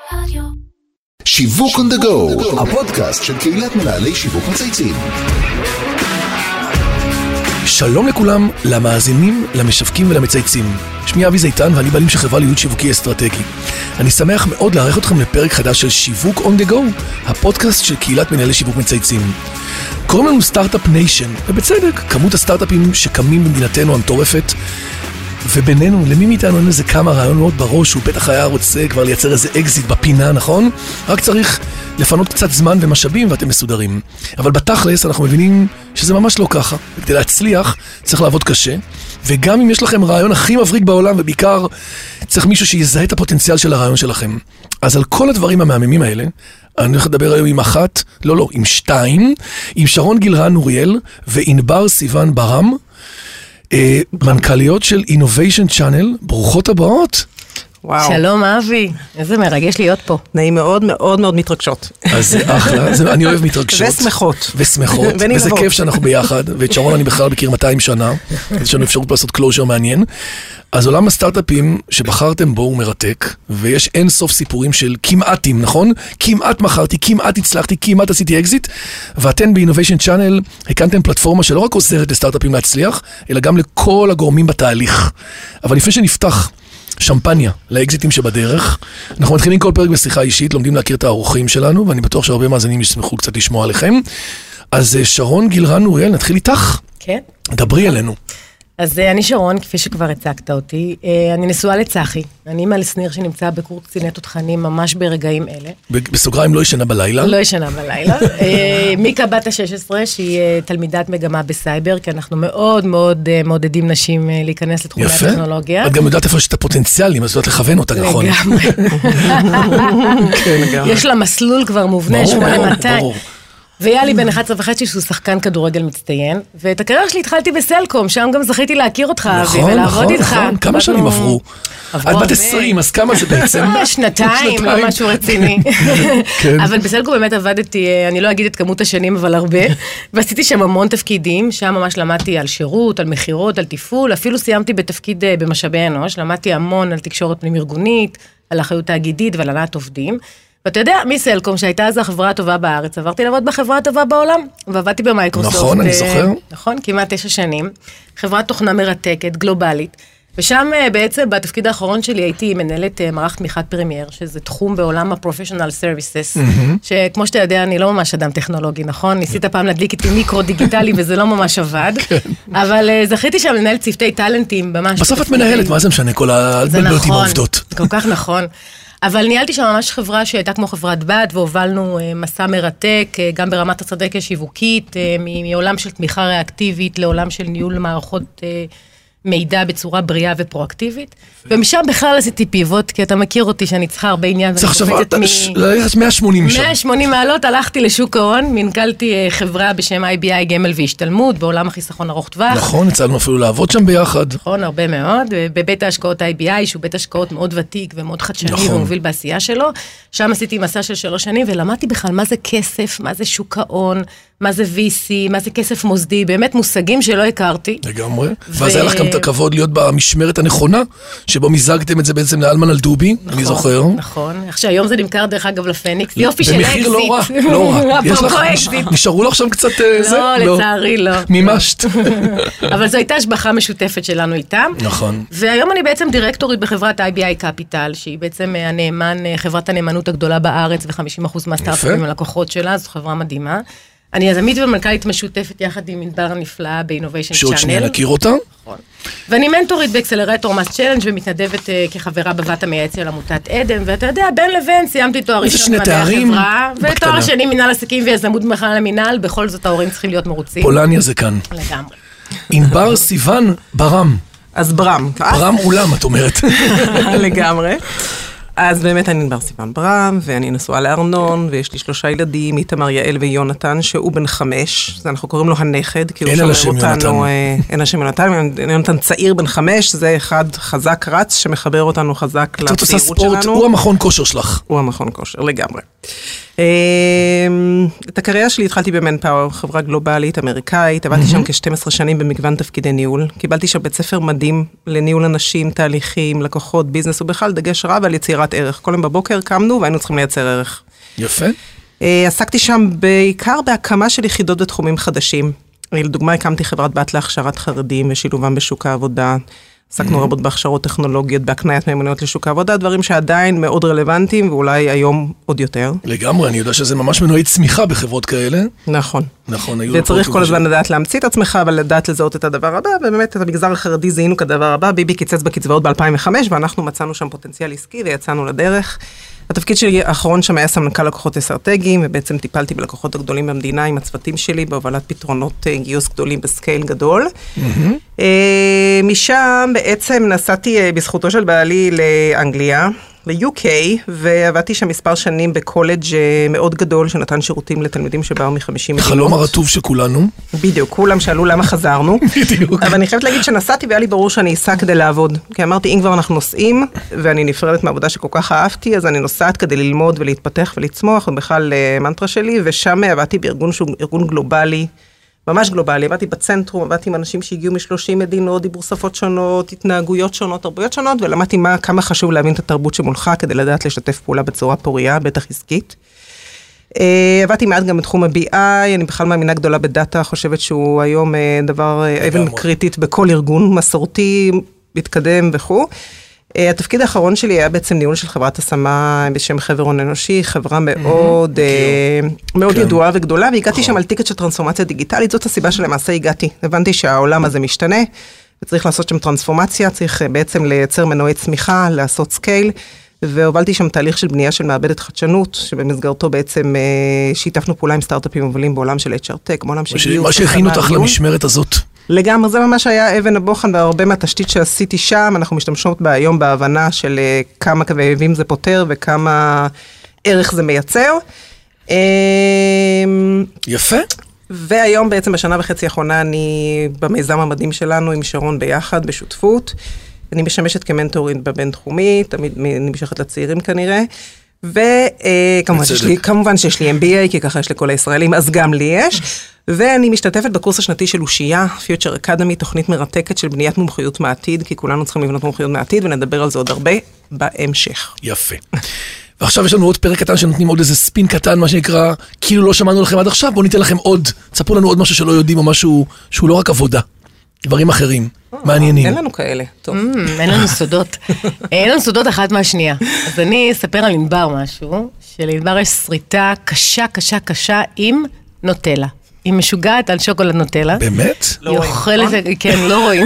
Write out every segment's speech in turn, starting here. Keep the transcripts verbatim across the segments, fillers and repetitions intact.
שיווק on the go, הפודקאסט של קהילת מנהלי שיווק מצייצים. שלום לכולם, למאזינים, למשווקים ולמצייצים. שמי אבי זיתן ואני בעלים של חברה לייעוץ שיווקי אסטרטגי. אני שמח מאוד לארח אתכם לפרק חדש של שיווק on the go, הפודקאסט של קהילת מנהלי שיווק מצייצים. קוראים לנו סטארט-אפ ניישן, ובצדק, כמות הסטארט-אפים שקמים במדינתנו המטורפת, ובינינו, למי מאיתנו אין איזה כמה רעיונות בראש, הוא בטח היה רוצה כבר לייצר איזה אקזיט בפינה, נכון? רק צריך לפנות קצת זמן ומשאבים ואתם מסודרים. אבל בתכלס אנחנו מבינים שזה ממש לא ככה. כדי להצליח צריך לעבוד קשה, וגם אם יש לכם רעיון הכי מבריק בעולם, ובעיקר צריך מישהו שיזהה את הפוטנציאל של הרעיון שלכם. אז על כל הדברים המהממים האלה, אני הולך לדבר היום עם אחת, לא לא, עם שתיים, עם שרון גילרן אוריאל וענבר סיוון ברם, מנכ"ליות של Innovation Channel, ברוכות הבאות. וואו. שלום אבי, איזה מרגש להיות פה. נעים מאוד מאוד מאוד מתרגשות. אז זה אחלה, זה, אני אוהב מתרגשות. ושמחות. ושמחות, וזה כיף שאנחנו ביחד, ואת שרון אני בכלל מכיר מאתיים שנה, אז יש לנו אפשרות לעשות קלוז'ר מעניין. אז עולם הסטארט-אפים שבחרתם בו הוא מרתק, ויש אין סוף סיפורים של כמעטים, נכון? כמעט מכרתי, כמעט הצלחתי, כמעט עשיתי אקזיט, ואתן ב-Innovation Channel הקמתם פלטפורמה שלא רק עוזרת לסטארט-אפים להצליח, אלא גם לכל הגורמים בתהליך. אבל לפני שנפתח שמפניה לאקזיטים שבדרך, אנחנו מתחילים כל פרק בשיחה אישית, לומדים להכיר את האורחים שלנו, ואני בטוח שהרבה מאזינים ישמחו קצת לשמוע עליכם. אז שרון גילרן אוריאל, נתחיל איתך. כן. דברי עלינו. אז אני שרון, כפי שכבר הצגת אותי, אני נשואה לצחי, אני אימא לסניר שנמצא בקורס קציני תותחנים ממש ברגעים אלה. בסוגריים לא ישנה בלילה? לא ישנה בלילה. מיקה בת ה-שש עשרה, שהיא תלמידת מגמה בסייבר, כי אנחנו מאוד מאוד מעודדים נשים להיכנס לתחומי הטכנולוגיה. את גם יודעת איפה שאת הפוטנציאלים, אז יודעת לכוון אותה, נכון? לגמרי. יש לה מסלול כבר מובנה, שמונה מאתיים. והיה לי בן אחד עשרה וחצי שהוא שחקן כדורגל מצטיין, ואת הקריירה שלי התחלתי בסלקום, שם גם זכיתי להכיר אותך, אבי, ולעבוד איתך. נכון, נכון, כמה שנים עברו? את בת עשרים, אז כמה זה בעצם? שנתיים, לא משהו רציני. אבל בסלקום באמת עבדתי, אני לא אגיד את כמות השנים, אבל הרבה, ועשיתי שם המון תפקידים, שם ממש למדתי על שירות, על מחירות, על טיפול, אפילו סיימתי בתפקיד במשאבי אנוש, למדתי המון על תקשורת פנים ארגונית, על אחריות תאגידית ועל הנעת עובדים. ואתה יודע, מסלקום, שהייתה אז החברה הטובה בארץ, עברתי לעבוד בחברה הטובה בעולם, ועבדתי במייקרוסופט. נכון, אני זוכר. נכון, כמעט תשע שנים. חברת תוכנה מרתקת, גלובלית. ושם בעצם, בתפקיד האחרון שלי, הייתי מנהלת מערך תמיכת פרמייר, שזה תחום בעולם ה-professional services, שכמו שאתה יודע, אני לא ממש אדם טכנולוגי, נכון? ניסית פעם להדליק איתי מיקרו דיגיטלי, וזה לא ממש עבד. אבל זכיתי שם לנהל צוותי טלנטים, ממש. בסוף את מנהלת, מה זה משנה? כל הבלבלותים העובדות. כל כך נכון. אבל ניהלתי שם ממש חברה שהייתה כמו חברת בת, והובלנו מסע מרתק, גם ברמת אסטרטגיה שיווקית, מעולם של תמיכה ריאקטיבית, לעולם של ניהול מערכות מידע בצורה בריאה ופרואקטיבית, ומשם בכלל עשיתי פיבוט, כי אתה מכיר אותי שאני צריכה הרבה עניין, צריך שבת, ללכת מאה שמונים שם. מאה שמונים מעלות, הלכתי לשוק ההון, מנכלתי חברה בשם איי בי איי גמל והשתלמות, בעולם החיסכון ארוך טווח. נכון, הצלנו אפילו לעבוד שם ביחד. נכון, הרבה מאוד, בבית ההשקעות איי בי איי, שהוא בית השקעות מאוד ותיק ומאוד חדשני ומוביל בעשייה שלו, שם עשיתי מסע של שלוש שנים, ולמדתי בכלל מה זה כסף, מה זה שוק ההון, מה זה וי סי, מה זה כסף מוסדי, באמת מושגים שלא הכרתי. לגמרי. ואז היה לך גם את הכבוד להיות במשמרת הנכונה, שבו מיזגתם את זה בעצם לאלמן על דובי, אני זוכר. נכון, עכשיו היום זה נמכר דרך אגב לפניקס, יופי של אקזיט. במחיר לא רע, לא רע. יש לך, נשארו לך שם קצת זה? לא, לצערי לא. מימשת. אבל זו הייתה השבחה משותפת שלנו איתם. נכון. והיום אני בעצם דירקטורית בחברת איי בי איי Capital, שהיא בעצם הנאמן, חברת הנאמנות הגדולה בארץ, ו-חמישים אחוז מהסטארט-אפים הלקוחות שלה, זו חברה מדהימה. אני יזמית ומנכ"לית משותפת יחד עם ענבר הנפלאה ב-Innovation Channel. שעוד שנייה נכיר אותה. נכון. ואני מנטורית באקסלרטור מאס צ'לנג' ומתנדבת כחברה בבת המייעץ של עמותת עדן, ואתה יודע, בין לבין סיימתי תואר ראשון מדעי החברה, ותואר שני מנהל עסקים ויזמות במכללה למינהל, בכל זאת ההורים צריכים להיות מרוצים. פולניה זה כאן. לגמרי. ענבר סיוון ברם. אז ברם. ברם אולם, את אומרת. לגמרי. אז באמת אני ענבר סיוון ברם, ואני נשואה לארנון, ויש לי שלושה ילדים, איתמר, יעל ויונתן, שהוא בן חמש, אנחנו קוראים לו הנכד, כי הוא שומר אותנו, אין השם יונתן, יונתן צעיר בן חמש, זה אחד חזק רץ, שמחבר אותנו חזק לצעירות שלנו. הוא המכון כושר שלך. הוא המכון כושר, לגמרי. את הקריירה שלי התחלתי במנפאוור, חברה גלובלית, אמריקאית, עבדתי שם כ-שתים עשרה שנים במגוון תפקידי ניהול, קיבלתי שם בית ספר מדהים לניהול אנשים, תהליכים, לקוחות, ביזנס, ובכלל דגש רב על יצירת ערך. כל יום בבוקר קמנו והיינו צריכים לייצר ערך. יפה. עסקתי שם בעיקר בהקמה של יחידות בתחומים חדשים. לדוגמה, הקמתי חברת בת להכשרת חרדים ושילובם בשוק העבודה. עסקנו רבות בהכשרות טכנולוגיות, בהקניית מיומנויות לשוק העבודה, דברים שעדיין מאוד רלוונטיים, ואולי היום עוד יותר. לגמרי, אני יודע שזה ממש מנועי צמיחה בחברות כאלה. נכון. נכון, היו... וצריך כל הזמן לדעת להמציא את עצמך, אבל לדעת לזהות את הדבר הבא, ובאמת את המגזר החרדי זיהינו כדבר הבא, ביבי קיצץ בקצבאות ב-אלפיים וחמש, ואנחנו מצאנו שם פוטנציאל עסקי, ויצאנו לדרך. התפקיד שלי האחרון שם היה סמנכ"ל לקוחות אסטרטגיים, ובעצם טיפלתי בלקוחות הגדולים במדינה עם הצוותים שלי, בהובלת פתרונות גיוס גדולים בסקייל גדול. Mm-hmm. משם בעצם נסעתי בזכותו של בעלי לאנגליה, ל-יו קיי, ועבדתי שם מספר שנים בקולג' מאוד גדול, שנתן שירותים לתלמידים שבאו מ-חמישים מדינות. חלום הרטוב שכולנו. בדיוק, כולם שאלו למה חזרנו. בדיוק. אבל אני חייבת להגיד שנסעתי והיה לי ברור שאני אסע כדי לעבוד. כי אמרתי, אם כבר אנחנו נוסעים, ואני נפרדת מהעבודה שכל כך אהבתי, אז אני נוסעת כדי ללמוד ולהתפתח ולצמוח, ובכלל מנטרה שלי, ושם עבדתי בארגון שהוא ארגון גלובלי, ממש גלובלי, עבדתי בצנטרום, עבדתי עם אנשים שהגיעו מ-שלושים מדינות, דיבור שפות שונות, התנהגויות שונות, תרבויות שונות, ולמדתי מה, כמה חשוב להבין את התרבות שמולך, כדי לדעת לשתף פעולה בצורה פוריה, בטח עסקית. עבדתי מעט גם בתחום ה-בי איי, אני בכלל מאמינה גדולה בדאטה, חושבת שהוא היום דבר, אבן קריטית בכל ארגון, מסורתי, מתקדם וכו'. התפקיד האחרון שלי היה בעצם ניהול של חברת השמה בשם חבר הון אנושי, חברה מאוד מאוד ידועה וגדולה, והגעתי שם על טיקט של טרנספורמציה דיגיטלית, זאת הסיבה שלמעשה הגעתי. הבנתי שהעולם הזה משתנה, וצריך לעשות שם טרנספורמציה, צריך בעצם לייצר מנועי צמיחה, לעשות סקייל, והובלתי שם תהליך של בנייה של מעבדת חדשנות, שבמסגרתו בעצם שיתפנו פעולה עם סטארט-אפים מובילים בעולם של אייץ' אר טק, בעולם של גיוס. מה שהכין אותך למשמרת הזאת. לגמרי, זה ממש היה אבן הבוחן, והרבה מהתשתית שעשיתי שם, אנחנו משתמשות בה היום בהבנה של כמה כאבים זה פותר, וכמה ערך זה מייצר. יפה. והיום בעצם בשנה וחצי האחרונה, אני במיזם המדהים שלנו, עם שרון ביחד, בשותפות. אני משמשת כמנטורית בבין-תחומי, תמיד נמשכת לצעירים כנראה, וכמובן שיש לי אם בי איי, כי ככה יש לכל הישראלים, אז גם לי יש, ואני משתתפת בקורס השנתי של אושייה, Future Academy, תוכנית מרתקת של בניית מומחיות מעתיד, כי כולנו צריכים לבנות מומחיות מעתיד, ונדבר על זה עוד הרבה בהמשך. יפה. ועכשיו יש לנו עוד פרק קטן שנותנים עוד איזה ספין קטן, מה שנקרא, כאילו לא שמענו לכם עד עכשיו, בואו ניתן לכם עוד, תספרו לנו עוד משהו שלא יודעים, או משהו שהוא לא רק עבודה, דברים אחרים, מעניינים. אין לנו כאלה, טוב. אין לנו סודות. אין לנו סודות אחת מהשנייה. אז אני אספר על ענבר משהו, שלענבר יש שריטה קשה, קשה, קשה עם נוטלה. היא משוגעת על שוקולד נוטלה. באמת? לא רואים. כן, לא רואים.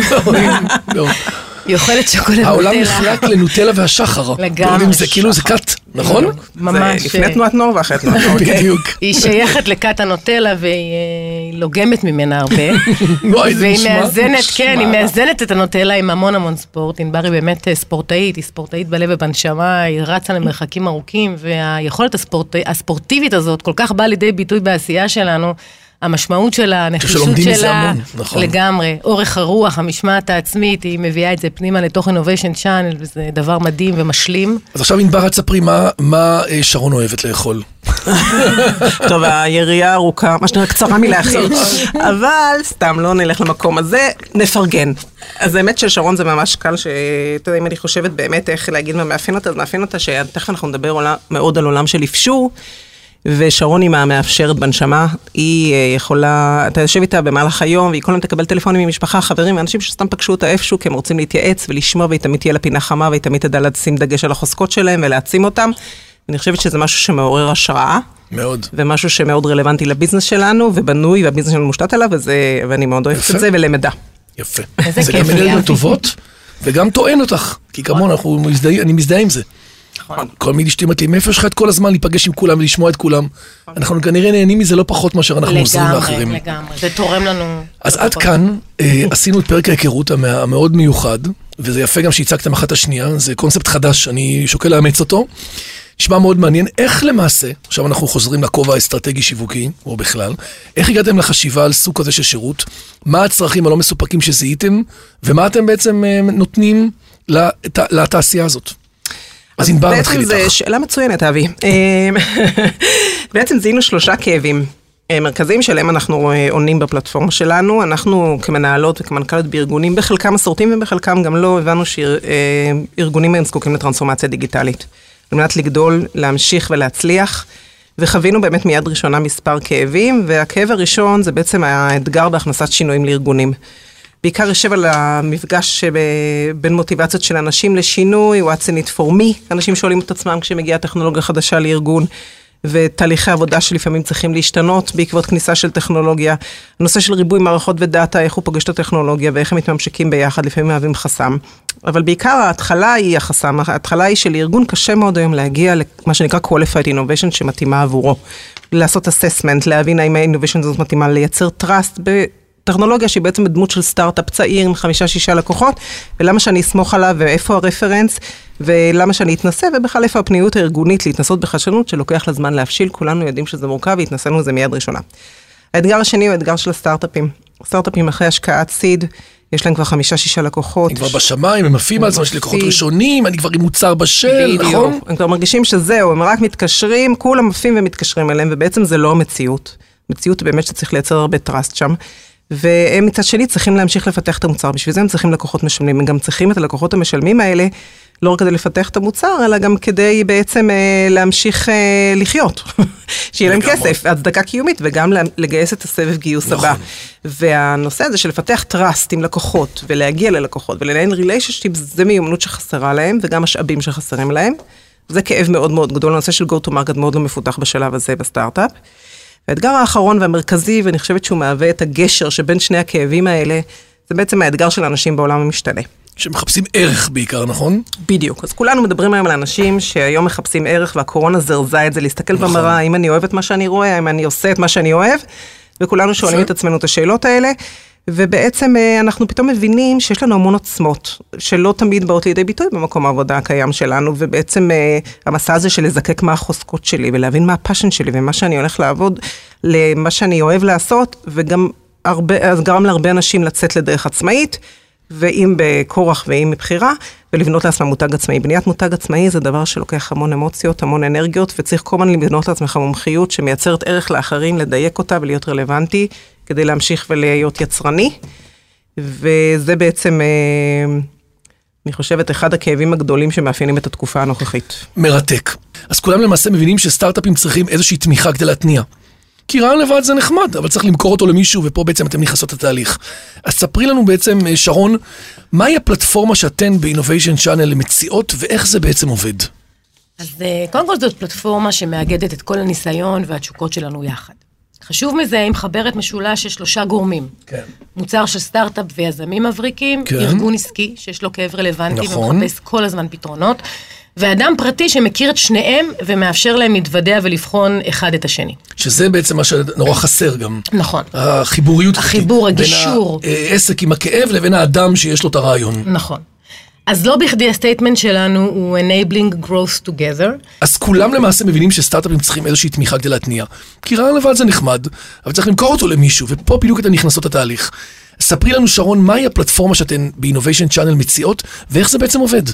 היא אוכלת שוקולד נוטלה. העולם נחלק לנוטלה והשחר. לגמרי. זה כאילו, זה קט, נכון? ממש. זה לפני תנועת נור ואחרי תנועת נור. בדיוק. היא שייכת לכת הנוטלה והיא לוגמת ממנה הרבה. והיא מאזנת, כן, היא מאזנת את הנוטלה עם המון המון ספורט. ענבר היא באמת ספורטאית, היא ספורטאית בלב ובנשמה, היא רצה למרחקים ארוכים, והיכולת הספורטיבית הזאת כל כך באה לידי ביטוי בעשייה שלנו, המשמעות שלה, הנחישות שלה, לגמרי, אורך הרוח, המשמעת העצמית, היא מביאה את זה פנימה לתוך Innovation Channel, וזה דבר מדהים ומשלים. אז עכשיו ענבר, תספרי, מה שרון אוהבת לאכול? טוב, היריעה ארוכה, מה שנראה קצרה מלהכיל, אבל סתם לא נלך למקום הזה, נפרגן. אז האמת ששרון זה ממש קל, שאתה יודע, אם אני חושבת באמת איך להגיד מה מאפיין אותה, אז מאפיין אותה שתכף אנחנו נדבר מאוד על עולם של אפשור, ושרון היא מהמאפשרת בנשמה, היא יכולה, אתה יושב איתה במהלך היום, והיא כל הזמן תקבל טלפונים ממשפחה, חברים, אנשים שסתם פגשו אותה איפשהו, כי הם רוצים להתייעץ ולשמוע, והיא תמיד תהיה לפינה חמה, והיא תמיד תדע לשים דגש על החוזקות שלהם ולהעצים אותם. אני חושבת שזה משהו שמעורר השראה. מאוד. ומשהו שמאוד רלוונטי לביזנס שלנו, ובנוי, והביזנס שלנו מושתת עליו, וזה, ואני מאוד אוהבת את זה, ולמדה. יפה. זה גם אנרגיות טובות, וגם טוען אותך, כי כמון, אני מזדהה עם זה. כל מיני שתימת לי, מאיפה יש לך את כל הזמן להיפגש עם כולם ולשמוע את כולם? אנחנו כנראה נהנים מזה לא פחות מאשר אנחנו עוזרים לאחרים. לגמרי, לגמרי, זה תורם לנו. אז עד כאן עשינו את פרק ההיכרות המאוד מיוחד, וזה יפה גם שהצגתם אחת השנייה, זה קונספט חדש, אני שוקל לאמץ אותו. נשמע מאוד מעניין, איך למעשה, עכשיו אנחנו חוזרים לכובע האסטרטגי שיווקי, או בכלל, איך הגעתם לחשיבה על סוג כזה של שירות, מה הצרכים הלא מסופקים שזיהיתם, ומה אתם בעצם נותנים לתעשייה הזאת? אז ענבר נתחיל איתך. בעצם זו שאלה מצוינת, אבי. בעצם זיהינו שלושה כאבים מרכזיים שלהם אנחנו עונים בפלטפורמה שלנו. אנחנו כמנהלות וכמנכ"לות בארגונים, בחלקם מסורתיים ובחלקם גם לא, הבנו שארגונים הם זקוקים לטרנספורמציה דיגיטלית. על מנת לגדול, להמשיך ולהצליח, וחווינו באמת מיד ראשונה מספר כאבים, והכאב הראשון זה בעצם האתגר בהכנסת שינויים לארגונים. בעיקר יושב על המפגש בין מוטיבציות של אנשים לשינוי, what's in it for me, אנשים שואלים את עצמם כשמגיעה טכנולוגיה חדשה לארגון, ותהליכי עבודה שלפעמים צריכים להשתנות בעקבות כניסה של טכנולוגיה. הנושא של ריבוי מערכות ודאטה, איך הוא פוגש את הטכנולוגיה ואיך הם מתממשקים ביחד, לפעמים מהווים חסם. אבל בעיקר ההתחלה היא החסם, ההתחלה היא שלארגון קשה מאוד היום להגיע למה שנקרא qualified innovation שמתאימה עבורו. לעשות assessment, להבין האם ה-innovation הזאת מתאימה, לייצר trust בטכנולוגיה שהיא בעצם דמות של סטארט-אפ צעיר עם חמישה שישה לקוחות, ולמה שאני אסמוך עליו ואיפה הרפרנס, ולמה שאני אתנסה, ובכלל איפה הפניות הארגונית להתנסות בחדשנות שלוקח לזמן להפשיל, כולנו יודעים שזה מורכב והתנסינו לזה מיד ראשונה. האתגר השני הוא האתגר של הסטארט-אפים. הסטארט-אפים אחרי השקעת סיד, יש להם כבר חמישה, שישה לקוחות. הם כבר בשמיים, הם עפים על זה, יש לקוחות ראשונים, אני כבר עם מוצר בשל, נכון? הם כבר מרגישים שזהו, הם רק מתקשרים, כולם עפים ומתקשרים אליהם, ובעצם זה לא המציאות. מציאות באמת שצריך לייצר הרבה טראסט שם. והם מצד שני צריכים להמשיך לפתח את המוצר, בשביל זה הם צריכים לקוחות משלמים, הם גם צריכים את הלקוחות המשלמים האלה, לא רק כדי לפתח את המוצר, אלא גם כדי בעצם אה, להמשיך אה, לחיות, שיהיה להם כסף, הצדקה קיומית, וגם לגייס את הסבב גיוס נכון. הבא. והנושא הזה של לפתח טראסט עם לקוחות, ולהגיע ללקוחות, ולנהל ריליישנשיפ, זה מיומנות שחסרה להם, וגם משאבים שחסרים להם. זה כאב מאוד מאוד גדול, הנושא של go to market מאוד לא מפותח בשלב הזה בסטארט-אפ. והאתגר האחרון והמרכזי, ואני חושבת שהוא מהווה את הגשר שבין שני הכאבים האלה, זה בעצם האתגר של האנשים בעולם המשתנה. שמחפשים ערך בעיקר, נכון? בדיוק. אז כולנו מדברים היום על אנשים שהיום מחפשים ערך, והקורונה זרזה את זה, להסתכל נכון. במראה, האם אני אוהב את מה שאני רואה, האם אני עושה את מה שאני אוהב, וכולנו שואלים את עצמנו את השאלות האלה, ובעצם אנחנו פתאום מבינים שיש לנו המון עוצמות, שלא תמיד באות לידי ביטוי במקום העבודה הקיים שלנו, ובעצם המסע הזה של לזקק מה החוזקות שלי, ולהבין מה הפאשן שלי, ומה שאני הולך לעבוד, למה שאני אוהב לעשות, וגם הרבה, אז גרם להרבה אנשים לצאת לדרך עצמאית, ואם בכורח ואם מבחירה, ולבנות לעצמם מותג עצמאי. בניית מותג עצמאי זה דבר שלוקח המון אמוציות, המון אנרגיות, וצריך כל הזמן לבנות לעצמך מומחיות שמייצרת ערך לאחרים, לדייק אותה ולהיות רלוונטי, כדי להמשיך ולהיות יצרני. וזה בעצם, אני חושבת, אחד הכאבים הגדולים שמאפיינים את התקופה הנוכחית. מרתק. אז כולם למעשה מבינים שסטארט-אפים צריכים איזושהי תמיכה כדי להתניע. כי רעיון לבד זה נחמד, אבל צריך למכור אותו למישהו, ופה בעצם אתם נכנסות את התהליך. אז ספרי לנו בעצם, שרון, מהי הפלטפורמה שאתן ב-Innovation Channel מציעות, ואיך זה בעצם עובד? אז קודם כל זאת פלטפורמה שמאגדת את כל הניסיון והתשוקות שלנו יחד. חשוב מזה, היא מחברת משולש של שלושה גורמים. כן. מוצר של סטארט-אפ ויזמים מבריקים, כן. ארגון עסקי שיש לו כאב רלוונטי, נכון. ומחפש כל הזמן פתרונות, ואדם פרטי שמכיר את שניהם ומאפשר להם להתוודע ולבחון אחד את השני. שזה בעצם מה שנורא חסר גם. נכון. החיבוריות. החיבור, הגישור. בין העסק עם הכאב לבין האדם שיש לו את הרעיון. נכון. אז לא בכדי הסטייטמנט שלנו הוא enabling growth together. אז כולם למעשה מבינים שסטארט-אפים צריכים איזושהי תמיכה כדי להתניע. כי רעיון לבד זה נחמד, אבל צריך למכור אותו למישהו, ופה בדיוק אתן נכנסות לתהליך. ספרי לנו, שרון, מהי הפלטפורמה שאתן ב-Innovation Channel מציעות, ואיך זה בעצם עובד?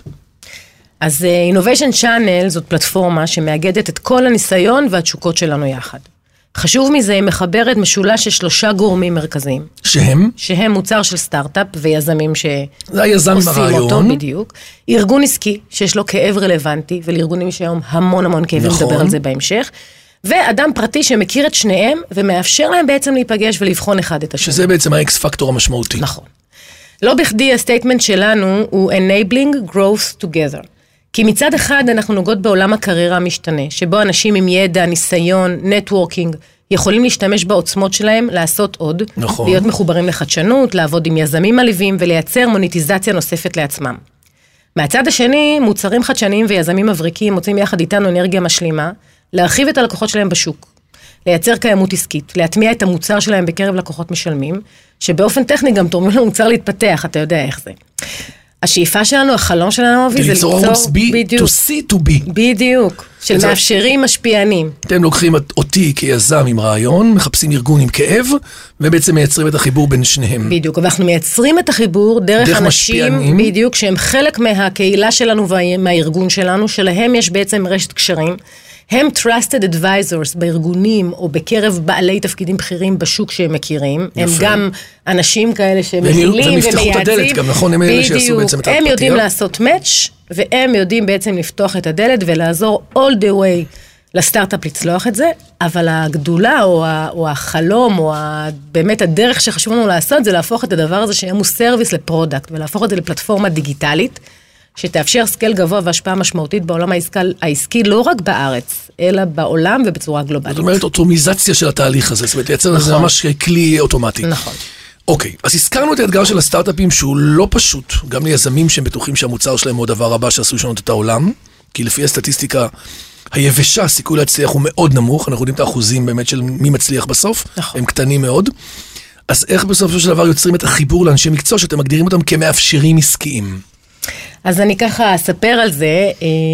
אז Innovation Channel זאת פלטפורמה שמאגדת את כל הניסיון והתשוקות שלנו יחד. חשוב מזה, היא מחברת משולש של שלושה גורמים מרכזיים. שהם? שהם מוצר של סטארט-אפ ויזמים שעושים אותו בדיוק. ארגון עסקי שיש לו כאב רלוונטי, ולארגונים יש היום המון המון כאבים, נכון. נדבר על זה בהמשך. ואדם פרטי שמכיר את שניהם, ומאפשר להם בעצם להיפגש ולבחון אחד את השני. שזה בעצם האקס פקטור המשמעותי. נכון. לא בכדי הסטייטמנט שלנו הוא enabling growth together. כי מצד אחד אנחנו נוגעות בעולם הקריירה המשתנה, שבו אנשים עם ידע, ניסיון, נטוורקינג, יכולים להשתמש בעוצמות שלהם, לעשות עוד, נכון. להיות מחוברים לחדשנות, לעבוד עם יזמים מלווים, ולייצר מוניטיזציה נוספת לעצמם. מהצד השני, מוצרים חדשניים ויזמים מבריקים מוצאים יחד איתנו אנרגיה משלימה, להרחיב את הלקוחות שלהם בשוק, לייצר קיימות עסקית, להטמיע את המוצר שלהם בקרב לקוחות משלמים, שבאופן טכני גם תורמים למוצר להתפתח, אתה יודע איך זה. השאיפה שלנו, החלום שלנו, אבי, זה ליצור B to C to B. בדיוק. של מאפשרים משפיענים. אתם לוקחים אותי כיזם עם רעיון, מחפשים ארגון עם כאב, ובעצם מייצרים את החיבור בין שניהם. בדיוק, ואנחנו מייצרים את החיבור דרך, דרך אנשים, משפיענים. בדיוק, שהם חלק מהקהילה שלנו ומהארגון שלנו, שלהם יש בעצם רשת קשרים. הם trusted advisors בארגונים או בקרב בעלי תפקידים בכירים בשוק שהם מכירים. יפה. הם גם אנשים כאלה שמכילים ומייעצים. והם יפתחו את הדלת גם, נכון? הם אלה שיעשו בעצם את הפתיע. הם יודעים לעשות match, והם יודעים בעצם לפתוח את הדלת ולעזור all the way לסטארט-אפ לצלוח את זה, אבל הגדולה או, ה, או החלום או ה, באמת הדרך שחשוב לנו לעשות זה להפוך את הדבר הזה שהם הוא סרוויס לפרודקט ולהפוך את זה לפלטפורמה דיגיטלית, שתאפשר סקל גבוה והשפעה משמעותית בעולם העסקי, העסקי לא רק בארץ, אלא בעולם ובצורה גלובלית. זאת אומרת, אוטומיזציה של התהליך הזה, זאת אומרת, לייצר לזה ממש כלי אוטומטי. נכון. אוקיי, אז הזכרנו את האתגר של הסטארט-אפים שהוא לא פשוט, גם ליזמים שהם בטוחים שהמוצר שלהם הוא הדבר הבא שעשו לשנות את העולם, כי לפי הסטטיסטיקה היבשה, הסיכוי להצליח הוא מאוד נמוך, אנחנו יודעים את האחוזים באמת של מי מצליח בסוף, נכון. הם קטנים מאוד. אז איך בסופו של דבר יוצרים את החיבור לאנשי מקצוע שאתם מגדירים אותם כמאפשרים עסקיים? אז אני ככה אספר על זה,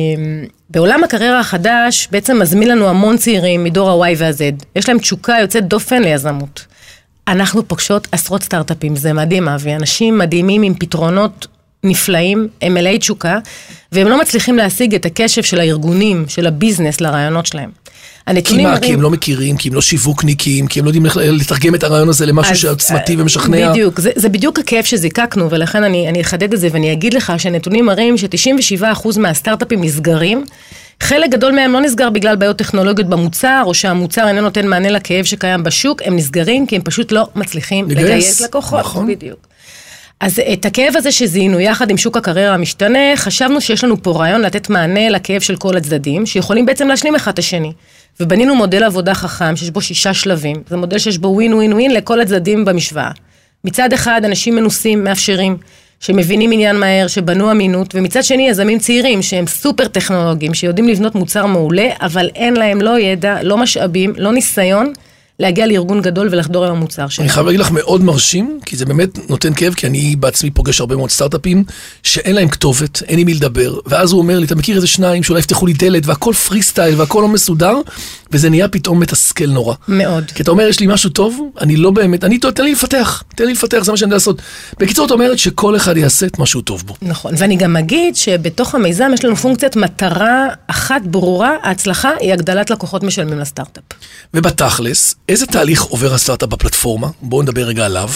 בעולם הקריירה החדש בעצם מזמין לנו המון צעירים מדור ה-Y וה-Z, יש להם תשוקה יוצאת דופן ליזמות. אנחנו פוגשות עשרות סטארט-אפים, זה מדהים, ואנשים מדהימים עם פתרונות נפלאים, הם מלאי תשוקה, והם לא מצליחים להשיג את הקשב של הארגונים, של הביזנס לרעיונות שלהם. כי מה? כי הם לא מכירים, כי הם לא שיווקניקים, כי הם לא יודעים לתרגם את הרעיון הזה למשהו שעצמתי ומשכנע. בדיוק, זה, זה בדיוק הכאב שזיקקנו, ולכן אני, אני אחדד את זה ואני אגיד לך שהנתונים מראים ש-תשעים ושבעה אחוז מהסטארט-אפים נסגרים, חלק גדול מהם לא נסגר בגלל בעיות טכנולוגיות במוצר, או שהמוצר אינו נותן מענה לכאב שקיים בשוק, הם נסגרים כי הם פשוט לא מצליחים לגייס לקוחות. נכון. בדיוק. אז את הכאב הזה שזיהינו יחד עם שוק הקריירה המשתנה, חשבנו שיש לנו פה רעיון לתת מענה לכאב של כל הצדדים, שיכולים בעצם להשלים אחד את השני. ובנינו מודל עבודה חכם שיש בו שישה שלבים. זה מודל שיש בו ווין ווין ווין לכל הצדדים במשוואה. מצד אחד, אנשים מנוסים, מאפשרים, שמבינים עניין מהר, שבנו אמינות, ומצד שני, יזמים צעירים שהם סופר טכנולוגיים, שיודעים לבנות מוצר מעולה, אבל אין להם לא ידע, לא משאבים, לא ניסיון, להגיע לארגון גדול ולחדור עם המוצר שלנו. אני חייב להגיד לך מאוד מרשים, כי זה באמת נותן כאב, כי אני בעצמי פוגש הרבה מאוד סטארט-אפים, שאין להם כתובת, אין עם מי לדבר, ואז הוא אומר לי, אתה מכיר איזה שניים, שאולי יפתחו לי דלת, והכל פרי סטייל, והכל לא מסודר, וזה נהיה פתאום מתסכל נורא. מאוד. כי אתה אומר, יש לי משהו טוב, אני לא באמת, אני, תן לי לפתח, תן לי לפתח, זה מה שאני יודע לעשות. בקיצור, את אומרת שכל אחד יעשה את משהו טוב בו. נכון, ואני גם אגיד שבתוך המיזם יש לנו פונקציית מטרה אחת ברורה, ההצלחה היא הגדלת לקוחות משלמים לסטארט-אפ. ובתכלס, איזה תהליך עובר הסטארט-אפ בפלטפורמה? בואו נדבר רגע עליו.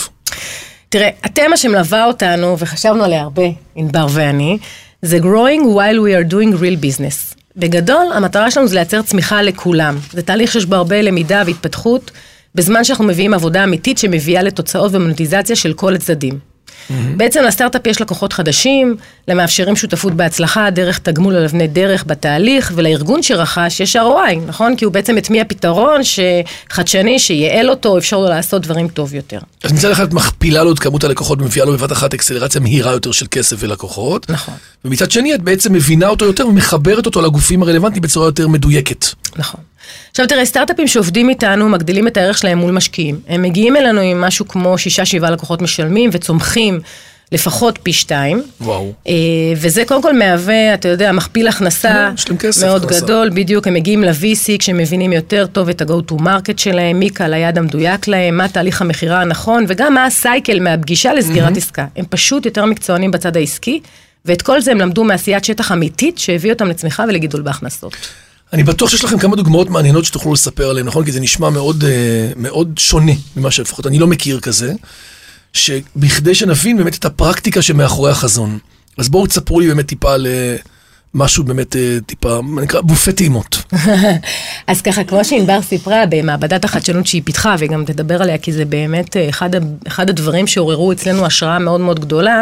תראה, התמה שמלווה אותנו, וחשבנו עליה הרבה, ענבר ואני, זה growing while we are doing real business. בגדול, המטרה שלנו זה לייצר צמיחה לכולם. זה תהליך שיש בו הרבה למידה והתפתחות, בזמן שאנחנו מביאים עבודה אמיתית שמביאה לתוצאות ומונטיזציה של כל הצדדים. בעצם לסטארט-אפ יש לקוחות חדשים, למאפשרים שותפות בהצלחה, דרך תגמול על אבני דרך בתהליך, ולארגון שרכש יש אר או איי, נכון? כי הוא בעצם הטמיע פתרון שחדשני, שיעל אותו, אפשר לו לעשות דברים טוב יותר. אז מצד אחד מכפילה לו את כמות הלקוחות, ומביאה לו בבת אחת אקסלרציה מהירה יותר של כסף ולקוחות. נכון. ומצד שני, את בעצם מבינה אותו יותר, ומחברת אותו לגופים הרלוונטיים בצורה יותר מדויקת. נכון. עכשיו תראה, סטארט-אפים שעובדים איתנו מגדילים את הערך שלהם מול משקיעים. הם מגיעים אלינו עם משהו כמו שישה, שבעה לקוחות משלמים וצומחים לפחות פי שתיים. וואו. וזה קודם כל מהווה, אתה יודע, מכפיל הכנסה מאוד גדול. בדיוק, הם מגיעים ל-וי סי כשמבינים יותר טוב את ה-go to market שלהם, מי קהל היעד המדויק להם, מה תהליך המחירה הנכון, וגם מה הסייקל מהפגישה לסגירת עסקה. הם פשוט יותר מקצוענים בצד העסקי, ואת כל זה הם למדו מעשיית שטח אמיתית שהביא אותם לצמיחה ולגידול בהכנסות. אני בטוח שיש לכם כמה דוגמאות מעניינות שתוכלו לספר עליהן, נכון? כי זה נשמע מאוד, מאוד שונה ממה שלפחות אני לא מכיר כזה, שבכדי שנבין באמת את הפרקטיקה שמאחורי החזון. אז בואו תספרו לי באמת טיפה על משהו באמת טיפה, מה נקרא, בופי טעימות. אז ככה, כמו שענבר סיפרה במעבדת החדשנות שהיא פיתחה, וגם תדבר עליה, כי זה באמת אחד, אחד הדברים שעוררו אצלנו השראה מאוד מאוד גדולה,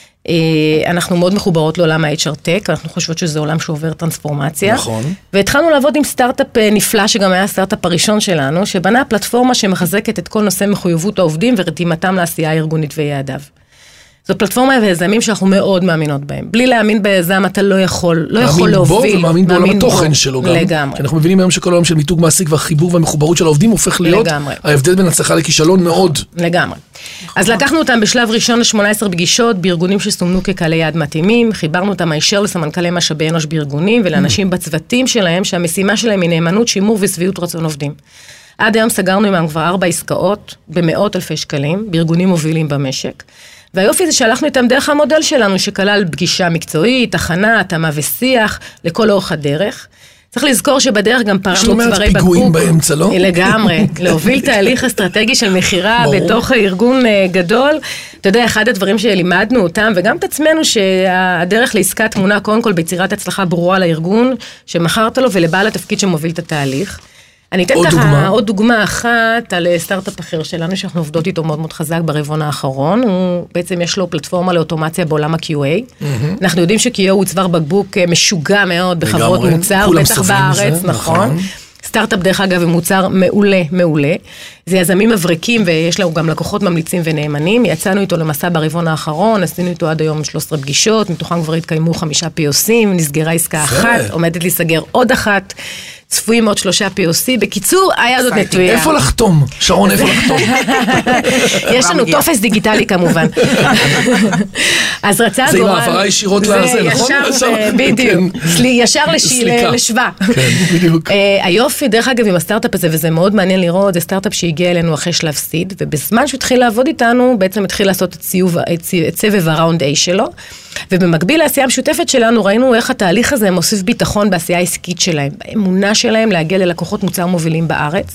אנחנו מאוד מחוברות לעולם ה-אייץ' אר Tech, אנחנו חושבות שזה עולם שעובר טרנספורמציה. נכון. והתחלנו לעבוד עם סטארט-אפ נפלא, שגם היה הסטארט-אפ הראשון שלנו, שבנה פלטפורמה שמחזקת את כל נושא מחויבות העובדים ורתימתם לעשייה הארגונית ויעדיו. זו פלטפורמה ויזמים שאנחנו מאוד מאמינות בהם. בלי להאמין ביזם, אתה לא יכול, לא יכול להוביל. מאמין בו ומאמין בעולם התוכן שלו גם. לגמרי. כי אנחנו מבינים היום שכל העולם של מיתוג מעסיק והחיבור והמחוברות של העובדים הופך להיות ההבדל בין הצלחה לכישלון מאוד. לגמרי. אז לקחנו אותם בשלב ראשון ל-שמונה עשרה פגישות בארגונים שסומנו כקהלי יעד מתאימים, חיברנו אותם הישר לסמנכ"לי משאבי אנוש בארגונים ולאנשים בצוותים שלהם שהמשימה שלהם היא נאמנות, שימור ושביעות רצון עובדים. עד היום סגרנו עמם כבר ארבע עסקאות במאות אלפי שקלים, בארגונים מובילים במשק. והיופי זה שהלכנו איתם דרך המודל שלנו, שכלל פגישה מקצועית, הכנה, התאמה ושיח, לכל אורך הדרך. צריך לזכור שבדרך גם פרמנו צווארי בקבוק. יש לא מעט פיגועים באמצע, לא? לגמרי. להוביל תהליך אסטרטגי של מחירה בתוך הארגון גדול. אתה יודע, אחד הדברים שלימדנו אותם, וגם את עצמנו, שהדרך לעסקת תמונה, קודם כל ביצירת הצלחה ברורה לארגון, שמכרת לו ולבעל התפקיד שמוביל את התהליך. אני אתן ככה דוגמה. עוד דוגמה אחת על סטארט-אפ אחר שלנו, שאנחנו עובדות איתו מאוד מאוד חזק ברבעון האחרון. הוא בעצם יש לו פלטפורמה לאוטומציה בעולם ה-קיו איי. Mm-hmm. אנחנו יודעים ש-קיו איי הוא צוואר בקבוק משוגע מאוד בחברות מוצר, בטח בארץ, נכון. נכון. סטארט-אפ דרך אגב הוא מוצר מעולה, מעולה. זה יזמים מבריקים ויש לו גם לקוחות ממליצים ונאמנים. יצאנו איתו למסע ברבעון האחרון, עשינו איתו עד היום שלוש עשרה פגישות, מתוכם כבר התקיימו חמישה פי או סים, נסגרה עסקה אחת, עומדת להיסגר עוד אחת. צפויים עוד שלושה פי או סי, בקיצור, היה זאת נטויה. איפה לחתום? שרון, איפה לחתום? יש לנו טופס דיגיטלי כמובן. אז רצה הגורל... זה עם העברה ישירות לזה, נכון? בדיוק. ישר לשווה. כן, בדיוק. היופי, דרך אגב, עם הסטארט-אפ הזה, וזה מאוד מעניין לראות, זה סטארט-אפ שהגיע אלינו אחרי שלב סיד, ובזמן שהוא התחיל לעבוד איתנו, בעצם התחיל לעשות את סבב הראונד A שלו, ובמקביל לעשייה המשותפת שלנו, ראינו איך התהליך הזה מוסיף ביטחון בעשייה העסקית שלהם, באמונה שלהם להגיע ללקוחות מוצר מובילים בארץ,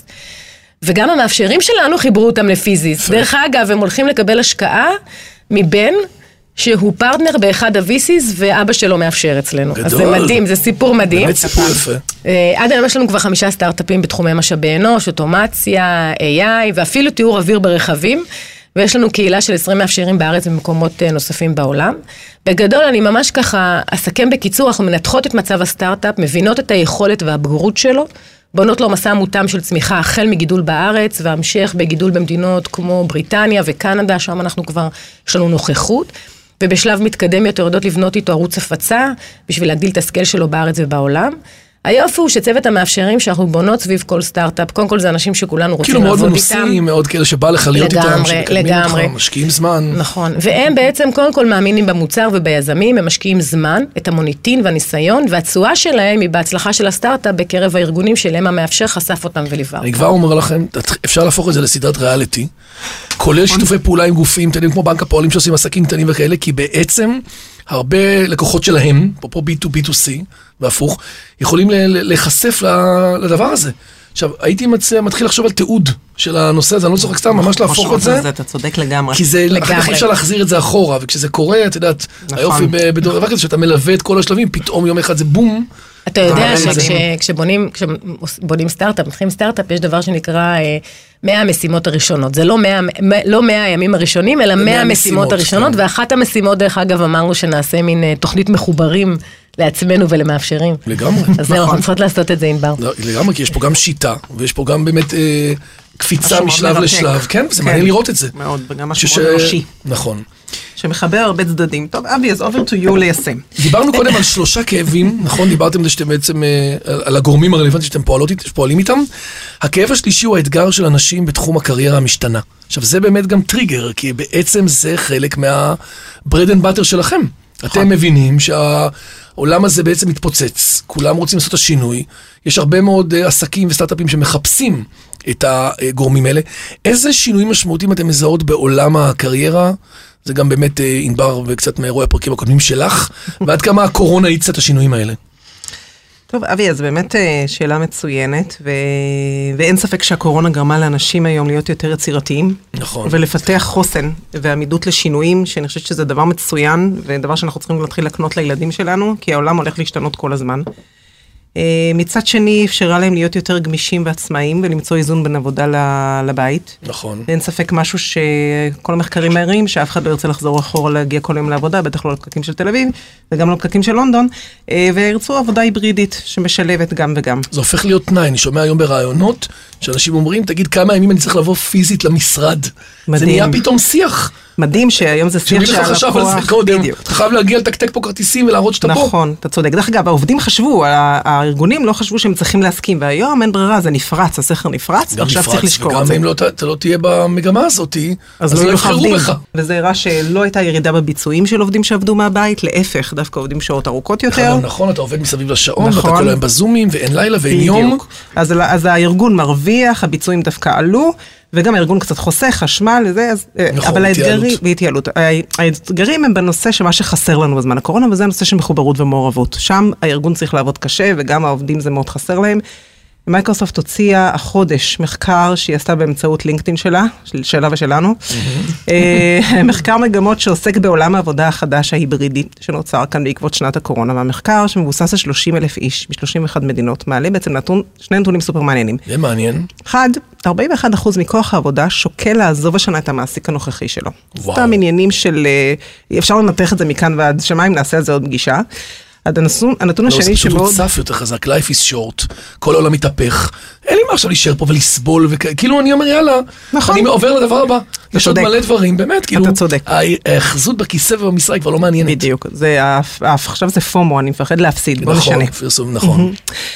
וגם המאפשרים שלנו חיברו אותם לפיזיס. דרך אגב, הם הולכים לקבל השקעה מבן, שהוא פרטנר באחד ה-וי סי'ס, ואבא שלו מאפשר אצלנו. גדול. אז זה מדהים, זה סיפור מדהים. באמת סיפור יפה. עד היום יש לנו כבר חמישה סטארט-אפים בתחומי משאבי אנוש, אוטומציה, איי איי, ואפילו תיאור אוויר ברכבים, ויש לנו קהילה של עשרים מאפשרים בארץ ובמקומות נוספים בעולם. בגדול, אני ממש ככה אסכם בקיצור, אנחנו מנתחות את מצב הסטארט-אפ, מבינות את היכולת והבגרות שלו, בונות לו מסע מותאם של צמיחה החל מגידול בארץ, והמשך בגידול במדינות כמו בריטניה וקנדה, שם אנחנו כבר, יש לנו נוכחות, ובשלב מתקדם יותר יודעות לבנות איתו ערוץ הפצה, בשביל להגדיל את הסקייל שלו בארץ ובעולם. היופי הוא שצוות המאפשרים שאנחנו בונות סביב כל סטארט-אפ, קודם כל זה אנשים שכולנו רוצים לעבוד איתם. כאילו מאוד מנוסים, מאוד כאלה שבא לך להיות איתם, שמקדמים אותך, משקיעים זמן. נכון, והם בעצם קודם כל מאמינים במוצר וביזמים, הם משקיעים זמן, את המוניטין והניסיון, והתשואה שלהם היא בהצלחה של הסטארט-אפ בקרב הארגונים שלהם המאפשר חשף אותם וליווה. אני כבר אומר לכם, אפשר להפוך את זה לסדרת ריאליטי, כולל שיתופי פעולה עם גופים, תנים כמו בנק הפועלים שעושים עסקים קטנים וכאלה, כי בעצם הרבה לקוחות שלהם, פה בי טו בי טו סי, והפוך, יכולים להיחשף לדבר הזה. עכשיו, הייתי מתחיל לחשוב על תיעוד של הנושא הזה, אני לא צוחק סתם, ממש להפוך את זה. אתה צודק לגמרי. כי זה, אחר כך אפשר להחזיר את זה אחורה, וכשזה קורה, את יודעת, היופי בדבר כזה, שאתה מלווה את כל השלבים, פתאום יום אחד זה בום. אתה יודע שכשבונים סטארט-אפ, מתחילים סטארט-אפ, יש דבר שנקרא מאה המשימות הראשונות. זה לא מאה הימים הראשונים, אלא מאה המשימות הראשונות, ואחת המשימות, דרך אגב, אמרנו שנעשה מין תוכנית מחוברים לעצמנו ולמאפשרים. לגמרי. אז זהו, אנחנו צריכות לעשות את זה עם בר. לגמרי, כי יש פה גם שיטה, ויש פה גם באמת קפיצה משלב לשלב. כן, זה מעניין לראות את זה. מאוד, וגם משהו מאוד אנושי. נכון. שמחבר הרבה צדדים. טוב, אבי, אז over to you ליישם. דיברנו קודם על שלושה כאבים, נכון? דיברתם על זה שאתם בעצם, על הגורמים הרלוונטיים שאתם פועלים איתם. הכאב השלישי הוא האתגר של אנשים בתחום הקריירה המשתנה. עכשיו, זה באמת גם טריגר, כי בעצם זה חלק מה-bread and butter שלכם. אתם מבינים שהעולם הזה בעצם מתפוצץ, כולם רוצים לעשות את השינוי, יש הרבה מאוד עסקים וסטארט-אפים שמחפשים את הגורמים האלה. איזה שינויים משמעותיים אתם מזהות בעולם הקריירה? זה גם באמת ענבר וקצת מאירועי הפרקים הקודמים שלך, ועד כמה הקורונה יצא את השינויים האלה. טוב, אבי, אז באמת שאלה מצוינת, ו... ואין ספק שהקורונה גרמה לאנשים היום להיות יותר יצירתיים. נכון. ולפתח חוסן ועמידות לשינויים, שאני חושבת שזה דבר מצוין, ודבר שאנחנו צריכים להתחיל לקנות לילדים שלנו, כי העולם הולך להשתנות כל הזמן. מצד שני, אפשרה להם להיות יותר גמישים ועצמאיים, ולמצוא איזון בין עבודה לבית. נכון. אין ספק משהו שכל המחקרים מהרים, שאף אחד לא ירצה לחזור אחורה להגיע כל יום לעבודה, בטח לא לפקקים של תל אביב, וגם לא לפקקים של לונדון, וירצו עבודה היברידית שמשלבת גם וגם. זה הופך להיות תנאי, אני שומע היום ברעיונות, שאנשים אומרים, תגיד כמה ימים אני צריך לבוא פיזית למשרד. מדהים. זה נהיה פתאום שיח. מדהים שהיום זה שיח שהלקוח... שמי לך חשב על זה קודם, אתה חייב להגיע לתקתק פה כרטיסים ולהראות שאתה פה. נכון, אתה צודק. דרך אגב, העובדים חשבו, הארגונים לא חשבו שהם צריכים להסכים, והיום אין ברירה, זה נפרץ, הסכר נפרץ, ועכשיו צריך לשקור את זה. וגם אם אתה לא תהיה במגמה הזאת, אז לא יבחרו בך. וזה הראה שלא הייתה ירידה בביצועים של עובדים שעבדו מהבית, להפך, דווקא עובדים שעות ארוכות יותר. נכון, אתה עובד מסביב לשעון, ואתה כל היום בזומים, ואין לילה ואין יום. אז הארגון מרוויח, הביצועים דווקא עלו, וגם הארגון קצת חוסך, חשמל, זה, אז, נכון, אבל האתגרים, והתייעלות. האתגרים הם בנושא שמה שחסר לנו בזמן הקורונה, וזה הנושא של מחוברות ומעורבות. שם הארגון צריך לעבוד קשה, וגם העובדים זה מאוד חסר להם. מייקרוסופט הוציאה החודש מחקר שהיא עשתה באמצעות לינקדאין שלה, שלה ושלנו. מחקר מגמות שעוסק בעולם העבודה החדש ההיברידי, שנוצר כאן בעקבות שנת הקורונה, והמחקר שמבוסס על שלושים אלף איש, ב-שלושים ואחת מדינות, מעלה בעצם נתון, שני נתונים סופר מעניינים. זה מעניין. אחד, ארבעים ואחד אחוז מכוח העבודה שוקל לעזוב השנה את המעסיק הנוכחי שלו. סתם עניינים של, אפשר לנתח את זה מכאן ועד שמיים, נעשה על זה עוד פגישה. הנתון השני שבעוד... לא, זה פשוט יותר חזק, life is short, כל העולם מתהפך, אין לי מה עכשיו להישאר פה ולסבול, וכאילו אני אומר יאללה, אני עובר לדבר הבא, יש עוד מלא דברים, באמת, כאילו, אתה צודק. ההאחזות בכיסא ובמשרה כבר לא מעניינת. בדיוק, עכשיו זה פומו, אני מפחד להפסיד, בוא נשנה. נכון, פרסום, נכון.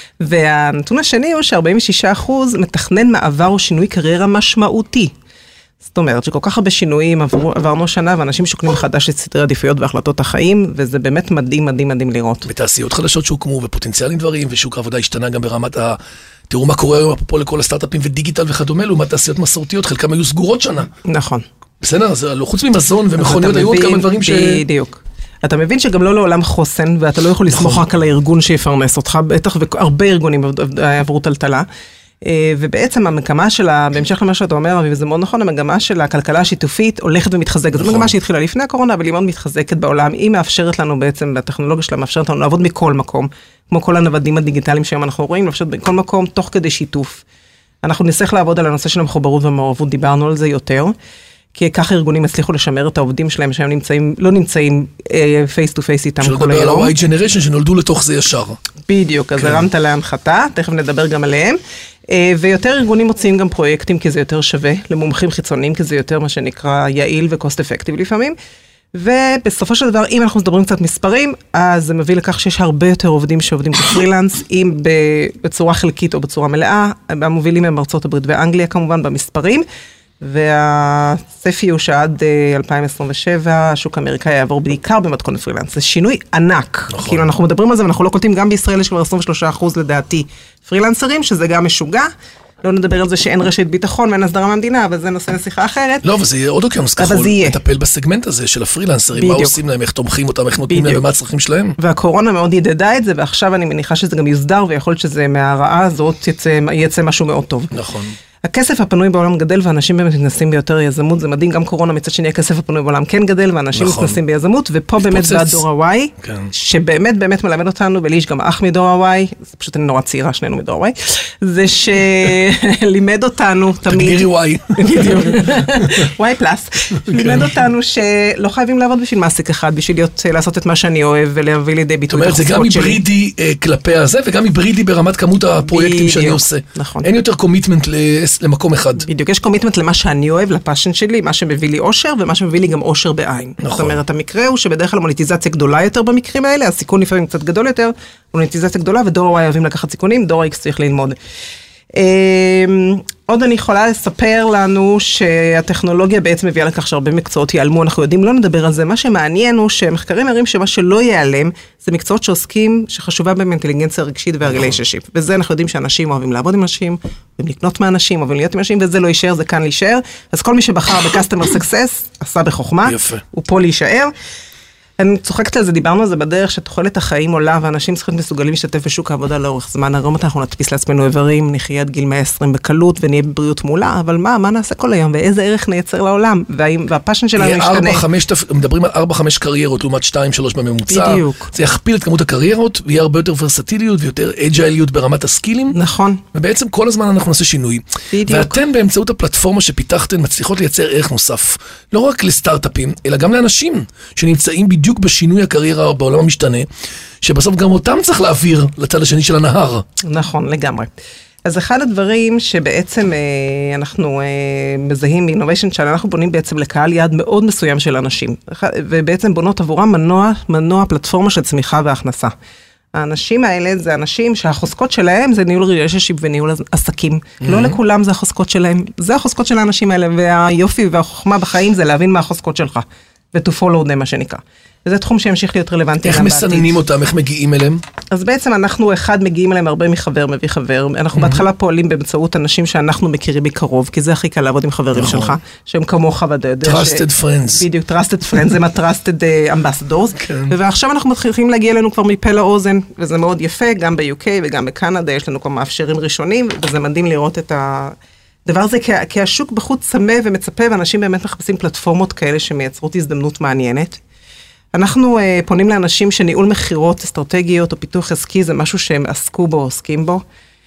והנתון השני הוא ש-ארבעים ושישה אחוז מתכנן מעבר או שינוי קריירה משמעותי. זאת אומרת שכל כך הרבה שינויים עברו, עברנו שנה, ואנשים שוקלים מחדש את סדרי עדיפויות והחלטות החיים, וזה באמת מדהים, מדהים, מדהים לראות. ותעשיות חדשות שהוקמו, ופוטנציאליים דברים, ושוק העבודה השתנה גם ברמת ה... תראו מה קורה היום פה לכל הסטארט-אפים ודיגיטל וכדומה, לעומת תעשיות מסורתיות, חלקם היו סגורות שנה. נכון. בסדר, אז לא, חוץ ממזון ומכוניות, היו עוד כמה דברים ש... בדיוק. אתה מבין שגם לא לעולם חוסן, ואתה לא יכול לסמוך רק על הארגון שיפרנס אותך, בטח והרבה ארגונים עברו טלטלה. ובעצם המגמה שלה, בהמשך למה שאתה אומר, וזה מאוד נכון, המגמה של הכלכלה השיתופית הולכת ומתחזקת. זו מגמה שהתחילה לפני הקורונה, אבל היא מאוד מתחזקת בעולם. היא מאפשרת לנו בעצם, והטכנולוגיה שלה מאפשרת לנו לעבוד מכל מקום, כמו כל הנוודים הדיגיטליים שהיום אנחנו רואים, לאפשרת בכל מקום, תוך כדי שיתוף. אנחנו נצטרך לעבוד על הנושא של המחוברות והמעורבות, דיברנו על זה יותר, כי ככה ארגונים הצליחו לשמר את העובדים שלהם, שהם נמצאים, לא נמצאים פייס טו פייס איתם כל היום. שלא דבר על ה-Y Generation שנולדו לתוך זה ישר. בדיוק, אז הרמת להנחתה, תכף נדבר גם עליהם. ויותר ארגונים מוצאים גם פרויקטים כי זה יותר שווה, למומחים חיצוניים כי זה יותר מה שנקרא יעיל וקוסט אפקטיב לפעמים. ובסופו של דבר, אם אנחנו מדברים קצת מספרים, אז זה מביא לכך שיש הרבה יותר עובדים שעובדים כפרילנס, אם בצורה חלקית או בצורה מלאה, המובילים הם ארצות הברית ואנגליה כמובן במספרים, והצפי הוא שעד אלפיים עשרים ושבע, השוק האמריקאי יעבור בעיקר במתכונת פרילנס. זה שינוי ענק. נכון. כאילו אנחנו מדברים על זה, ואנחנו לא קולטים גם בישראל, יש כבר עשרים ושלושה אחוז לדעתי פרילנסרים, שזה גם משוגע. לא נדבר על זה שאין רשת ביטחון ואין הסדרה מהמדינה, אבל זה נושא לשיחה אחרת. לא, אבל זה יהיה עוד אוקיינוס כחול, לטפל בסגמנט הזה של הפרילנסרים, מה עושים להם, איך תומכים אותם, איך נותנים להם ומה הצרכים שלהם. והקורונה מאוד ידדה את זה, ועכשיו אני מניחה שזה גם יוסדר, ויכול להיות שזה מהרעה הזאת יצא משהו מאוד טוב. נכון. הכסף הפנוי בעולם גדל, ואנשים באמת מתנסים ביותר יזמות, זה מדהים, גם קורונה מצד שני, הכסף הפנוי בעולם כן גדל, ואנשים נכון. מתנסים ביזמות, ופה באמת בא דור ה-Y, כן. שבאמת באמת מלמד אותנו, ולי יש גם אח מדור ה-Y, זה פשוט אני נורא צעירה, שנינו מדור ה-Y, זה שלימד אותנו תמיד... תגדירי Y. בדיוק. Y פלאס. לימד אותנו שלא חייבים לעבוד בשביל מעסיק אחד, בשביל להיות, לעשות את מה שאני אוהב, ולהביא לידי ביטוי את החסרות שלי. זה גם היברידי כלפי הזה, וגם היברידי ברמת כמות הפרויקטים שאני עושה. נכון. אין יותר קומיטמנט למקום אחד. בדיוק, יש קומיטמנט למה שאני אוהב, לפאשן שלי, מה שמביא לי אושר, ומה שמביא לי גם אושר בעין. נכון. זאת אומרת, המקרה הוא שבדרך כלל מוניטיזציה גדולה יותר במקרים האלה, הסיכון לפעמים קצת גדול יותר, מוניטיזציה גדולה, ודור ה-Y אוהבים לקחת סיכונים, דור ה-X צריך ללמוד. עוד אני יכולה לספר לנו שהטכנולוגיה בעצם מביאה לכך שהרבה מקצועות ייעלמו, אנחנו יודעים, לא נדבר על זה, מה שמעניין הוא שמחקרים מראים שמה שלא ייעלם, זה מקצועות שעוסקים, שחשובה בהם האינטליגנציה הרגשית והריליישנשיפ, וזה אנחנו יודעים שאנשים אוהבים לעבוד עם אנשים, אוהבים לקנות מאנשים, אוהבים להיות עם אנשים, וזה לא יישאר, זה כאן להישאר, אז כל מי שבחר ב-Customer Success, עשה בחוכמה, הוא פה להישאר. אני צוחקת על זה, דיברנו על זה בדרך שתוחלת החיים עולה, ואנשים צריכים מסוגלים להשתתף בשוק העבודה לאורך זמן. הרום אנחנו נדפיס לעצמנו איברים, נחיה עד גיל מאה ועשרים בקלות, ונהיה בבריאות מולה, אבל מה, מה נעשה כל היום, ואיזה ערך נייצר לעולם, והפאשן שלנו ישתנה. מדברים על ארבע חמש קריירות, לעומת שתיים שלוש בממוצע. בדיוק. זה יכפיל את כמות הקריירות, ויהיה הרבה יותר ורסטיליות, ויותר אג'ייליות ברמת הסקילים. נכון. ובעצם כל הזמן אנחנו נעשה שינוי. בדיוק. ואתן באמצעות הפלטפורמה שפיתחתן מצליחות לייצר ערך נוסף, לא רק לסטארט-אפים, אלא גם לאנשים שנמצאים בדיוק בשינוי הקריירה בעולם המשתנה, שבסוף גם אותם צריך להעביר לצד השני של הנהר. נכון, לגמרי. אז אחד הדברים שבעצם אנחנו מזהים מ-Innovation Channel, אנחנו בונים בעצם לקהל יעד מאוד מסוים של אנשים, ובעצם בונות עבורם מנוע, מנוע פלטפורמה של צמיחה והכנסה. האנשים האלה זה אנשים שהחוזקות שלהם זה ניהול ריליישנשיפ וניהול עסקים. Mm-hmm. לא לכולם זה החוזקות שלהם, זה החוזקות של האנשים האלה, והיופי והחוכמה בחיים זה להבין מה החוזקות שלך, ו-to follow them מה שנקרא. וזה תחום שימשיך להיות רלוונטי. איך מסננים אותם, איך מגיעים אליהם? אז בעצם אנחנו אחד מגיעים אליהם הרבה מחבר מביא חבר, אנחנו בהתחלה פועלים באמצעות אנשים שאנחנו מכירים מקרוב, כי זה הכי קל לעבוד עם חברים שלך, שהם כמוך ואתה יודע. Trusted friends. בדיוק, Trusted friends, הם ה-Trusted ambassadors, ועכשיו אנחנו מתחילים להגיע אלינו כבר מפה לאוזן, וזה מאוד יפה, גם ב-יו קיי וגם בקנדה, יש לנו כבר מאפשרים ראשונים, וזה מדהים לראות את ה... דבר זה, כי השוק בחוץ צמא ומצפה, ואנשים באמת מחפשים פלטפורמות כאלה שמייצרות הזדמנות מעניינת. אנחנו uh, פונים לאנשים שניהול מחירות אסטרטגיות או פיתוח עסקי, זה משהו שהם עסקו בו, עוסקים בו,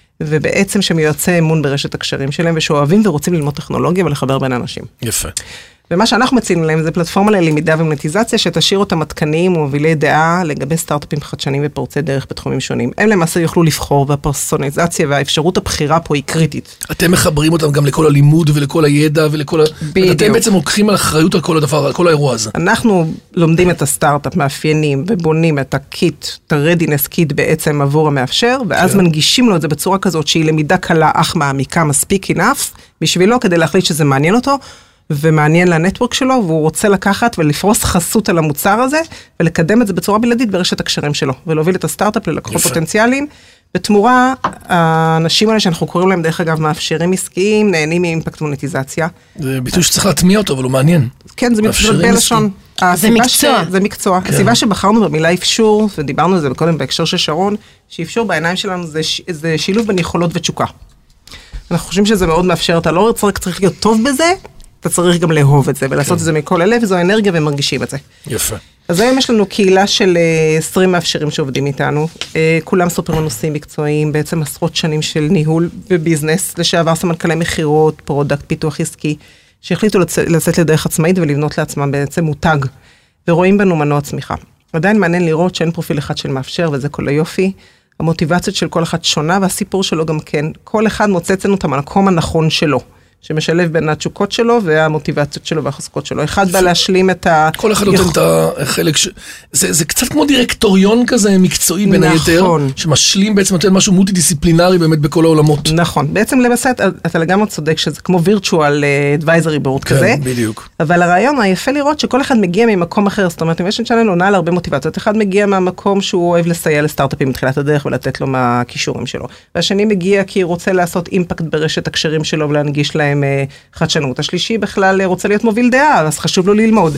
ובעצם שהם יוצא אמון ברשת הקשרים שלהם, ושאוהבים ורוצים ללמוד טכנולוגיה ולחבר בין אנשים. יפה. ומה שאנחנו מציעים להם זה פלטפורמה ללמידה ומונטיזציה, שתשאיר אותם עדכניים ומובילי דעה לגבי סטארט-אפים חדשניים ופורצי דרך בתחומים שונים. הם למעשה יוכלו לבחור, והפרסונליזציה והאפשרות הבחירה פה היא קריטית. אתם מחברים אותם גם לכל הלימוד ולכל הידע ולכל ה... בדיוק. אתם בעצם לוקחים על אחריות על כל הדבר, על כל האירוע הזה. אנחנו לומדים את הסטארט-אפ, מאפיינים ובונים את הקיט, את הרדינס קיט בעצם עבור המאפשר, ואז מנגישים לו את זה בצורה כזאת שהיא למידה קלה אך מעמיקה מספיק enough בשבילו כדי להחליט שזה מעניין אותו. ומעניין לנטוורק שלו, והוא רוצה לקחת ולפרוס חסות על המוצר הזה, ולקדם את זה בצורה בלעדית ברשת הקשרים שלו, ולהוביל את הסטארט-אפ ללקוחות פוטנציאליים. בתמורה, האנשים האלה שאנחנו קוראים להם, דרך אגב, מאפשרים עסקיים, נהנים מאימפקט מוניטיזציה. זה ביטוי שצריך להטמיע אותו, אבל הוא מעניין. כן, זה בלשון. זה מקצוע. זה מקצוע. הסיבה שבחרנו במילה אפשור, ודיברנו על זה קודם בהקשר של שרון, שאפשור בעיניים שלנו זה שילוב בין יכולות ותשוקה. אנחנו חושבים שזה מאוד מאפשר, אתה לא צריך להיות טוב בזה, אתה צריך גם לאהוב את זה, ולעשות את זה מכל הלב, וזו אנרגיה ומרגישים את זה. יפה. אז היום יש לנו קהילה של עשרים מאפשרים שעובדים איתנו, כולם סופר מנוסים מקצועיים, בעצם עשרות שנים של ניהול וביזנס, לשעבר סמנכ"לי מחירות, פרודקט, פיתוח עסקי, שהחליטו לצאת לדרך עצמאית ולבנות לעצמם בעצם מותג, ורואים בנו מנוע צמיחה. עדיין מעניין לראות שאין פרופיל אחד של מאפשר, וזה כל היופי, המוטיבציות של כל אחד שונה, והסיפור שלו גם כן, כל אחד מוצא אצלנו את המקום הנכון שלו. שמשלב בין התשוקות שלו והמוטיבציות שלו והחוזקות שלו. אחד בא להשלים את ה... כל אחד נותן את החלק ש... זה, זה קצת כמו דירקטוריון כזה מקצועי בין היתר, שמשלים בעצם נותן משהו מולטי-דיסציפלינרי באמת בכל העולמות. נכון. בעצם למעשה אתה לגמרי צודק שזה כמו וירטואל אדוויזרי בורד כזה. כן, בדיוק. אבל הרעיון היפה לראות שכל אחד מגיע ממקום אחר, זאת אומרת, Innovation Channel עונה על הרבה מוטיבציות. אחד מגיע מהמקום שהוא אוהב לסייע לסטארט-אפים מתחילת הדרך ולתת לו מהכישורים שלו. והשני מגיע כי הוא רוצה לעשות אימפקט ברשת הקשרים שלו ולהנגיש להם חדשנות. השלישי בכלל רוצה להיות מוביל דעה, אז חשוב לו ללמוד.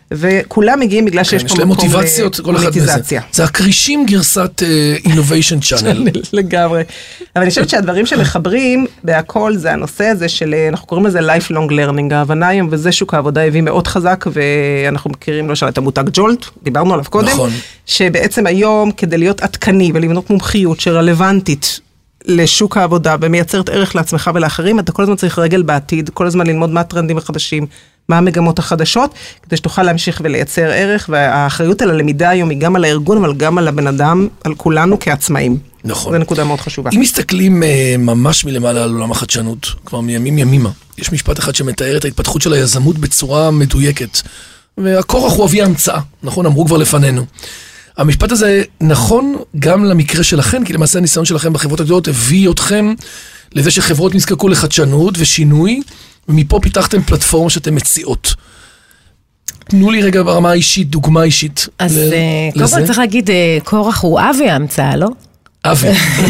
וכולם מגיעים בגלל שיש פה מקום מוטיבציות, כל אחד מזה. זה הקרישים גרסת Innovation Channel. לגמרי. אבל אני חושבת שהדברים שמחברים בהכל זה הנושא הזה של, אנחנו קוראים לזה lifelong learning, ההבנה היום, וזה שוק העבודה הביא מאוד חזק, ואנחנו מכירים למשל את המותג ג'ולט, דיברנו עליו קודם, נכון. שבעצם היום כדי להיות עדכני ולבנות מומחיות שרלוונטית לשוק העבודה ומייצרת ערך לעצמך ולאחרים, אתה כל הזמן צריך רגל בעתיד, כל הזמן ללמוד מה הטרנדים החדשים, מה המגמות החדשות, כדי שתוכל להמשיך ולייצר ערך, והאחריות על הלמידה היום היא גם על הארגון, אבל גם על הבן אדם, על כולנו כעצמאים. נכון. זו נקודה מאוד חשובה. אם מסתכלים uh, ממש מלמעלה על עולם החדשנות, כבר מימים ימימה, יש משפט אחד שמתאר את ההתפתחות של היזמות בצורה מדויקת, והכורח הוא אבי ההמצאה, נכון? אמרו כבר לפנינו. המשפט הזה נכון גם למקרה שלכם, כי למעשה הניסיון שלכם בחברות הגדולות הביא אתכם לזה שחברות נזקקו לחדשנות ושינוי, ומפה פיתחתם פלטפורמה שאתם מציעות. תנו לי רגע ברמה האישית, דוגמה אישית. אז קודם כל צריך להגיד, קורח הוא אבי ההמצאה, לא? אבי.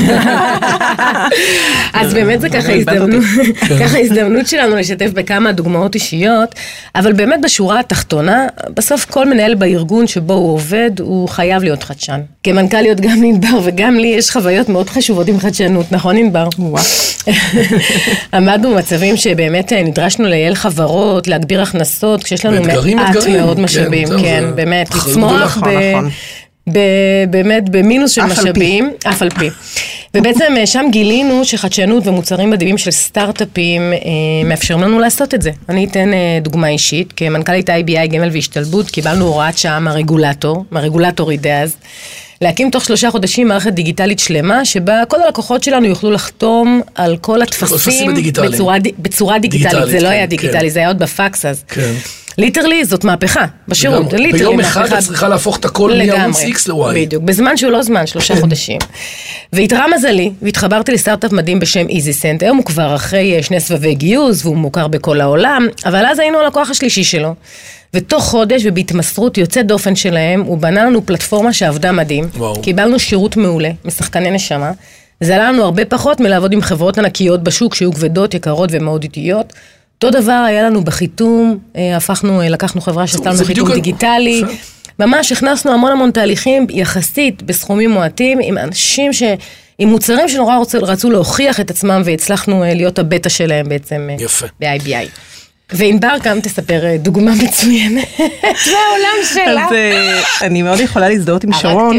אז באמת זה ככה הזדמנות, ככה הזדמנות שלנו לשתף בכמה דוגמאות אישיות, אבל באמת בשורה התחתונה, בסוף כל מנהל בארגון שבו הוא עובד, הוא חייב להיות חדשן. כמנכ"ליות גם לענבר וגם לי יש חוויות מאוד חשובות עם חדשנות, נכון ענבר? עמדנו במצבים שבאמת נדרשנו לייעל חברות, להגביר הכנסות, כשיש לנו מעט מאוד משאבים, כן, באמת, לצמוח ב... באמת במינוס של משאבים, אף על פי. ובעצם שם גילינו שחדשנות ומוצרים מדהימים של סטארט-אפים מאפשרים לנו לעשות את זה. אני אתן דוגמה אישית, כמנכ"לית איי בי איי גמל והשתלבות, קיבלנו הוראת שעה מהרגולטור, מהרגולטורי דאז, להקים תוך שלושה חודשים מערכת דיגיטלית שלמה, שבה כל הלקוחות שלנו יוכלו לחתום על כל הטפסים בצורה, בצורה דיגיטלית. דיגיטלית. זה לא כן, היה דיגיטלי, כן. זה היה עוד בפקס אז. כן. ליטרלי זאת מהפכה, בשירות. ליטרלי, ביום אחד את צריכה להפוך את הכל מערוץ X ל-Y. בדיוק, בזמן שהוא לא זמן, שלושה חודשים. והתראה מזלי, והתחברתי לסטארט-אפ מדהים בשם EasySend, היום הוא כבר אחרי שני סבבי גיוס, והוא מוכר בכל העולם, אבל אז היינו הלקוח השלישי שלו. ותוך חודש ובהתמסרות יוצאת דופן שלהם, הוא בנה לנו פלטפורמה שעבדה מדהים. וואו. קיבלנו שירות מעולה, משחקני נשמה. זה עלה לנו הרבה פחות מלעבוד עם חברות ענקיות בשוק, שהיו כבדות, יקרות ומאוד איטיות. אותו דבר היה לנו בחיתום, הפכנו, לקחנו חברה שעשתה לנו חיתום דיגיטלי. ממש הכנסנו המון המון תהליכים יחסית בסכומים מועטים, עם אנשים ש... עם מוצרים שנורא רצו להוכיח את עצמם, והצלחנו להיות הבטא שלהם בעצם ב-איי בי איי. וענבר גם תספר דוגמה מצוינת, זה העולם שלה. אז אני מאוד יכולה להזדהות עם שרון,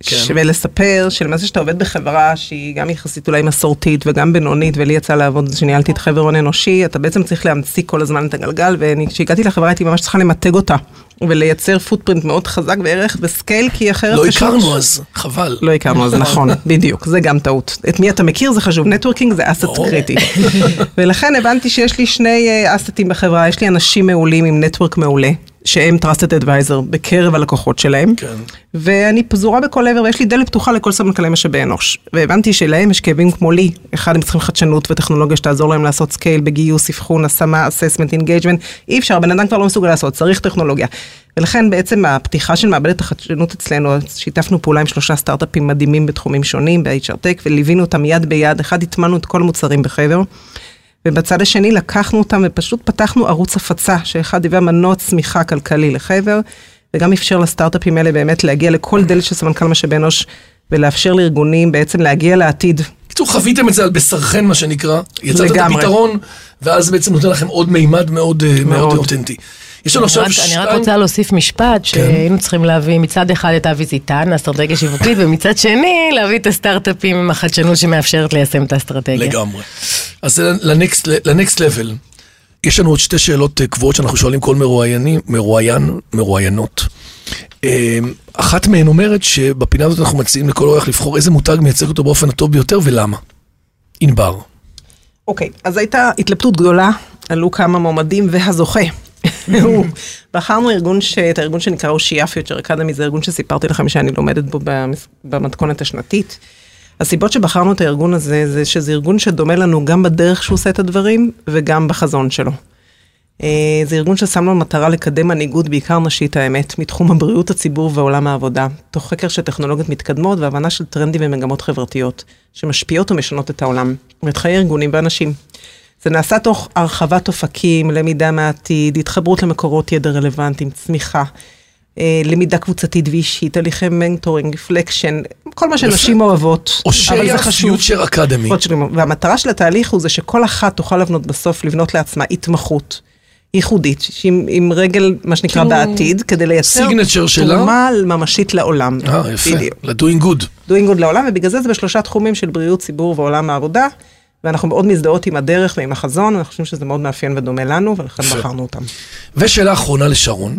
ולספר שלמה זה שאתה עובד בחברה שהיא גם יחסית אולי מסורתית וגם בינונית, ולי יצא לעבוד שניהלתי את חבר הון אנושי, אתה בעצם צריך להמציא כל הזמן את הגלגל, וכשהגעתי לחברה הייתי ממש צריכה למתג אותה, ולייצר פוטפרינט מאוד חזק וערך וסקייל, כי אחרת... לא הכרנו אז, חבל. לא הכרנו אז, נכון, בדיוק, זה גם טעות. את מי אתה מכיר זה חשוב, נטוורקינג זה אסט קריטי. ולכן הבנתי שיש לי שני אסטים בחברה, יש לי אנשים מעולים עם נטוורק מעולה, שהם Trusted Advisor בקרב הלקוחות שלהם, כן. ואני פזורה בכל עבר, ויש לי דלת פתוחה לכל סמנכ"לי משאבי אנוש. והבנתי שלהם יש כאבים כמו לי, אחד הם צריכים חדשנות וטכנולוגיה שתעזור להם לעשות סקייל בגיוס, אבחון, השמה, אססמנט, אינגייג'מנט, אי אפשר, בן אדם כבר לא מסוגל לעשות, צריך טכנולוגיה. ולכן בעצם הפתיחה של מעבדת החדשנות אצלנו, שיתפנו פעולה עם שלושה סטארט-אפים מדהימים בתחומים שונים, ב-אייץ' אר Tech, וליווינו אותם יד ביד, אחד התמנו את כל המוצרים בחבר, ובצד השני לקחנו אותם ופשוט פתחנו ערוץ הפצה, שאחד היווה מנוע צמיחה כלכלי לחבר, וגם אפשר לסטארט-אפים האלה באמת להגיע לכל דלת של סמנכ"ל משאבי אנוש, ולאפשר לארגונים בעצם להגיע לעתיד. קצור, חוויתם את זה על בשרכן, מה שנקרא, יצאת את הפתרון, ואז בעצם נותן לכם עוד מימד מאוד מאוד אותנטי. אני רק רוצה להוסיף משפט, שהיינו צריכים להביא מצד אחד את אבי זיתן, האסטרטגיה שיווקית, ומצד שני להביא את הסטארט-אפים עם החדשנות שמאפשרת ליישם את האסטרטגיה. לגמרי. אז לנקסט לבל, יש לנו עוד שתי שאלות קבועות שאנחנו שואלים כל מרואיינים, מרואיין, מרואיינות. אחת מהן אומרת שבפינה הזאת אנחנו מציעים לכל אורח לבחור איזה מותג מייצג אותו באופן הטוב ביותר ולמה. ענבר. אוקיי, אז הייתה התלבטות גדולה, עלו כמה מועמדים והזוכה. בחרנו ארגון ש... את הארגון שנקרא אושייה פיוטר אקדמי, זה ארגון שסיפרתי לכם שאני לומדת בו במתכונת השנתית. הסיבות שבחרנו את הארגון הזה, זה שזה ארגון שדומה לנו גם בדרך שהוא עושה את הדברים, וגם בחזון שלו. זה ארגון ששם לו מטרה לקדם מנהיגות, בעיקר נשית האמת, מתחום הבריאות הציבור ועולם העבודה, תוך חקר של טכנולוגיות מתקדמות, והבנה של טרנדים ומגמות חברתיות, שמשפיעות ומשנות את העולם, ואת חיי ארגונים ואנשים. זה נעשה תוך הרחבת אופקים, למידה מהעתיד, התחברות למקורות ידע רלוונטיים, צמיחה, למידה קבוצתית ואישית, הליכי מנטורינג, פלקשן, כל מה שנשים אוהבות. אושייה פיוטר אקדמי. והמטרה של התהליך הוא זה שכל אחת תוכל לבנות בסוף, לבנות לעצמה התמחות ייחודית, עם רגל, מה שנקרא, בעתיד, כדי לייצר תרומה ממשית לעולם. אה, יפה, ל-doing good. doing good לעולם, ובגלל זה זה בשלושה תחומים של בריאות, ציבור ועולם העבודה, ואנחנו מאוד מזדהות עם הדרך ועם החזון, אנחנו חושבים שזה מאוד מאפיין ודומה לנו, ולכן בחרנו אותם. ושאלה אחרונה לשרון,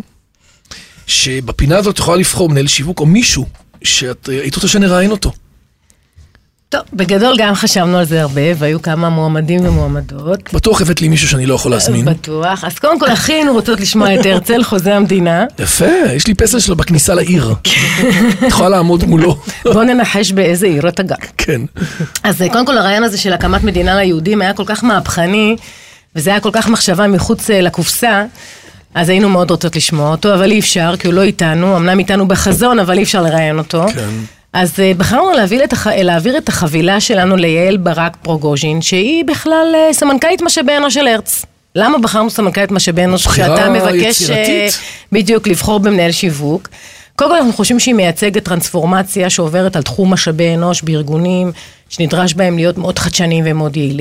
שבפינה הזאת יכולה לבחור מנהל שיווק או מישהו שאת היית רוצה שנראיין אותו. טוב, בגדול גם חשבנו על זה הרבה, והיו כמה מועמדים ומועמדות. בטוח הבאת לי מישהו שאני לא יכול להזמין. בטוח. אז קודם כל, הכי היינו רוצות לשמוע את הרצל, חוזה המדינה. יפה, יש לי פסל שלו בכניסה לעיר. את יכולה לעמוד מולו. בוא ננחש באיזה עיר אתה גר. כן. אז קודם כל, הרעיון הזה של הקמת מדינה ליהודים היה כל כך מהפכני, וזה היה כל כך מחשבה מחוץ לקופסה, אז היינו מאוד רוצות לשמוע אותו, אבל אי אפשר, כי הוא לא איתנו, אמנם איתנו בחזון, אבל אי אפשר לראיין אותו. כן. אז בחרנו להעביר את, הח... להעביר את החבילה שלנו ליעל ברק פרוגוז'ין, שהיא בכלל סמנכ"לית משאבי אנוש של הרץ. למה בחרנו סמנכ"לית משאבי אנוש כשאתה מבקש יצירתית. בדיוק לבחור במנהל שיווק? קודם כל אנחנו חושבים שהיא מייצגת טרנספורמציה שעוברת על תחום משאבי אנוש בארגונים, שנדרש בהם להיות מאוד חדשניים ומאוד יעילים.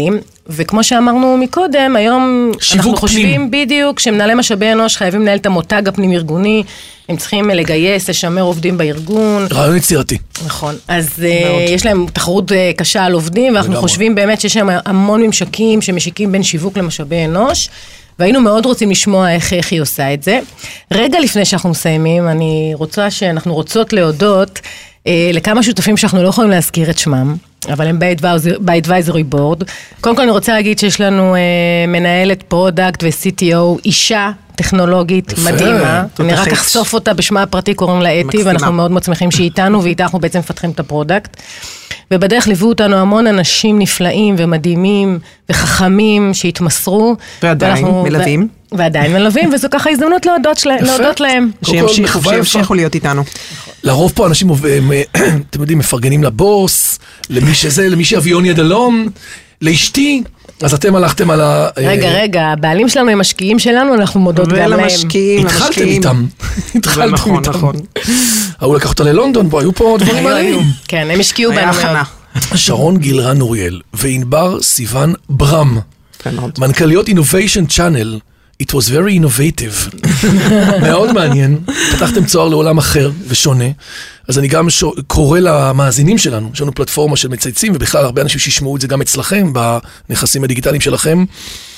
וכמו שאמרנו מקודם, היום אנחנו חושבים בדיוק שמנהלי משאבי אנוש חייבים לנהל את המותג הפנים ארגוני, הם צריכים לגייס, לשמר עובדים בארגון. רעיון יצירתי. נכון. אז יש להם תחרות קשה על עובדים, ואנחנו חושבים באמת שיש להם המון ממשקים שמשיקים בין שיווק למשאבי אנוש, והיינו מאוד רוצים לשמוע איך, איך היא עושה את זה. רגע לפני שאנחנו מסיימים, אני רוצה שאנחנו רוצות להודות אה, לכמה שותפים שאנחנו לא יכולים להזכיר את שמם, אבל הם ב-advisory board. קודם כל אני רוצה להגיד שיש לנו אה, מנהלת פרודקט ו-סי טי או, אישה טכנולוגית מדהימה. אני רק אחשוף אותה בשמה הפרטי, קוראים לה אתי, ואנחנו מאוד מאוד שמחים שהיא איתנו, ואיתה אנחנו בעצם מפתחים את הפרודקט. ובדרך ליוו אותנו המון אנשים נפלאים ומדהימים וחכמים שהתמסרו. ועדיין מלווים. ועדיין מלווים, וזו ככה הזדמנות להודות להם. שימשיכו להיות איתנו. לרוב פה אנשים, אתם יודעים, מפרגנים לבוס, למי שזה, למי שאביון ידלום, לאשתי, אז אתם הלכתם על ה... רגע, רגע, הבעלים שלנו הם משקיעים שלנו, אנחנו מודות גם להם. התחלתם איתם. התחלתם איתם. הוא לקח אותה ללונדון, בו היו פה דברים מעניינים. כן, הם השקיעו בנו מאוד. שרון גילרן אוריאל וענבר סיוון ברם, מנכ"ליות Innovation Channel, it was very innovative. מאוד מעניין. פתחתם צוהר לעולם אחר ושונה. אז אני גם קורא למאזינים שלנו, יש לנו פלטפורמה של מצייצים, ובכלל הרבה אנשים שישמעו את זה גם אצלכם, בנכסים הדיגיטליים שלכם,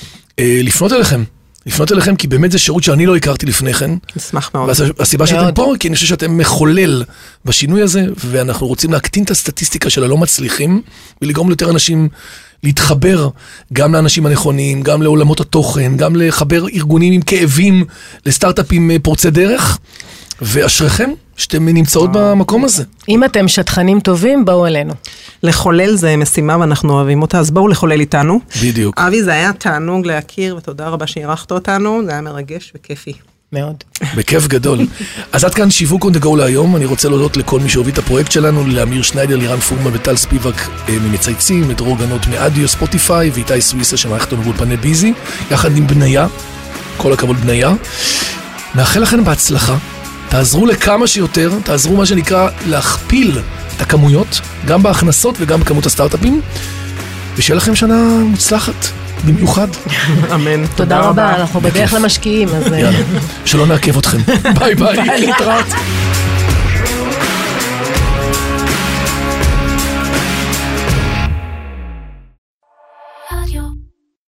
לפנות אליכם. לפנות אליכם, כי באמת זה שירות שאני לא הכרתי לפני כן. נשמח מאוד. והסיבה שאתם פה, כי אני חושב שאתם מחולל בשינוי הזה, ואנחנו רוצים להקטין את הסטטיסטיקה של הלא מצליחים, ולגרום ליותר אנשים להתחבר גם לאנשים הנכונים, גם לעולמות התוכן, גם לחבר ארגונים עם כאבים, לסטארט-אפים פורצי דרך, ואשריכם שאתם נמצאות במקום הזה. אם אתם שטחנים טובים, בואו אלינו. לחולל זה משימה ואנחנו אוהבים אותה, אז בואו לחולל איתנו. בדיוק. אבי, זה היה תענוג להכיר, ותודה רבה שהערכת אותנו, זה היה מרגש וכיפי. מאוד. בכיף גדול. אז עד כאן שיווק on the go להיום, אני רוצה להודות לכל מי שהוביל את הפרויקט שלנו, לאמיר שניידר, לירן פורמן וטל ספיבק ממצייצים, לדרור גנות מאדיו, ספוטיפיי, ואיתי סוויסה שמערכת לנו באולפני ביזי, יחד עם בניה, כל הכבוד בניה. מאחל לכם בהצלחה, תעזרו לכמה שיותר, תעזרו מה שנקרא להכפיל את הכמויות, גם בהכנסות וגם בכמות הסטארט-אפים, ושיהיה לכם שנה מוצלחת, במיוחד. אמן. תודה רבה, אנחנו בדרך למשקיעים, אז... יאללה, שלא נעכב אתכם. ביי ביי. להתראות.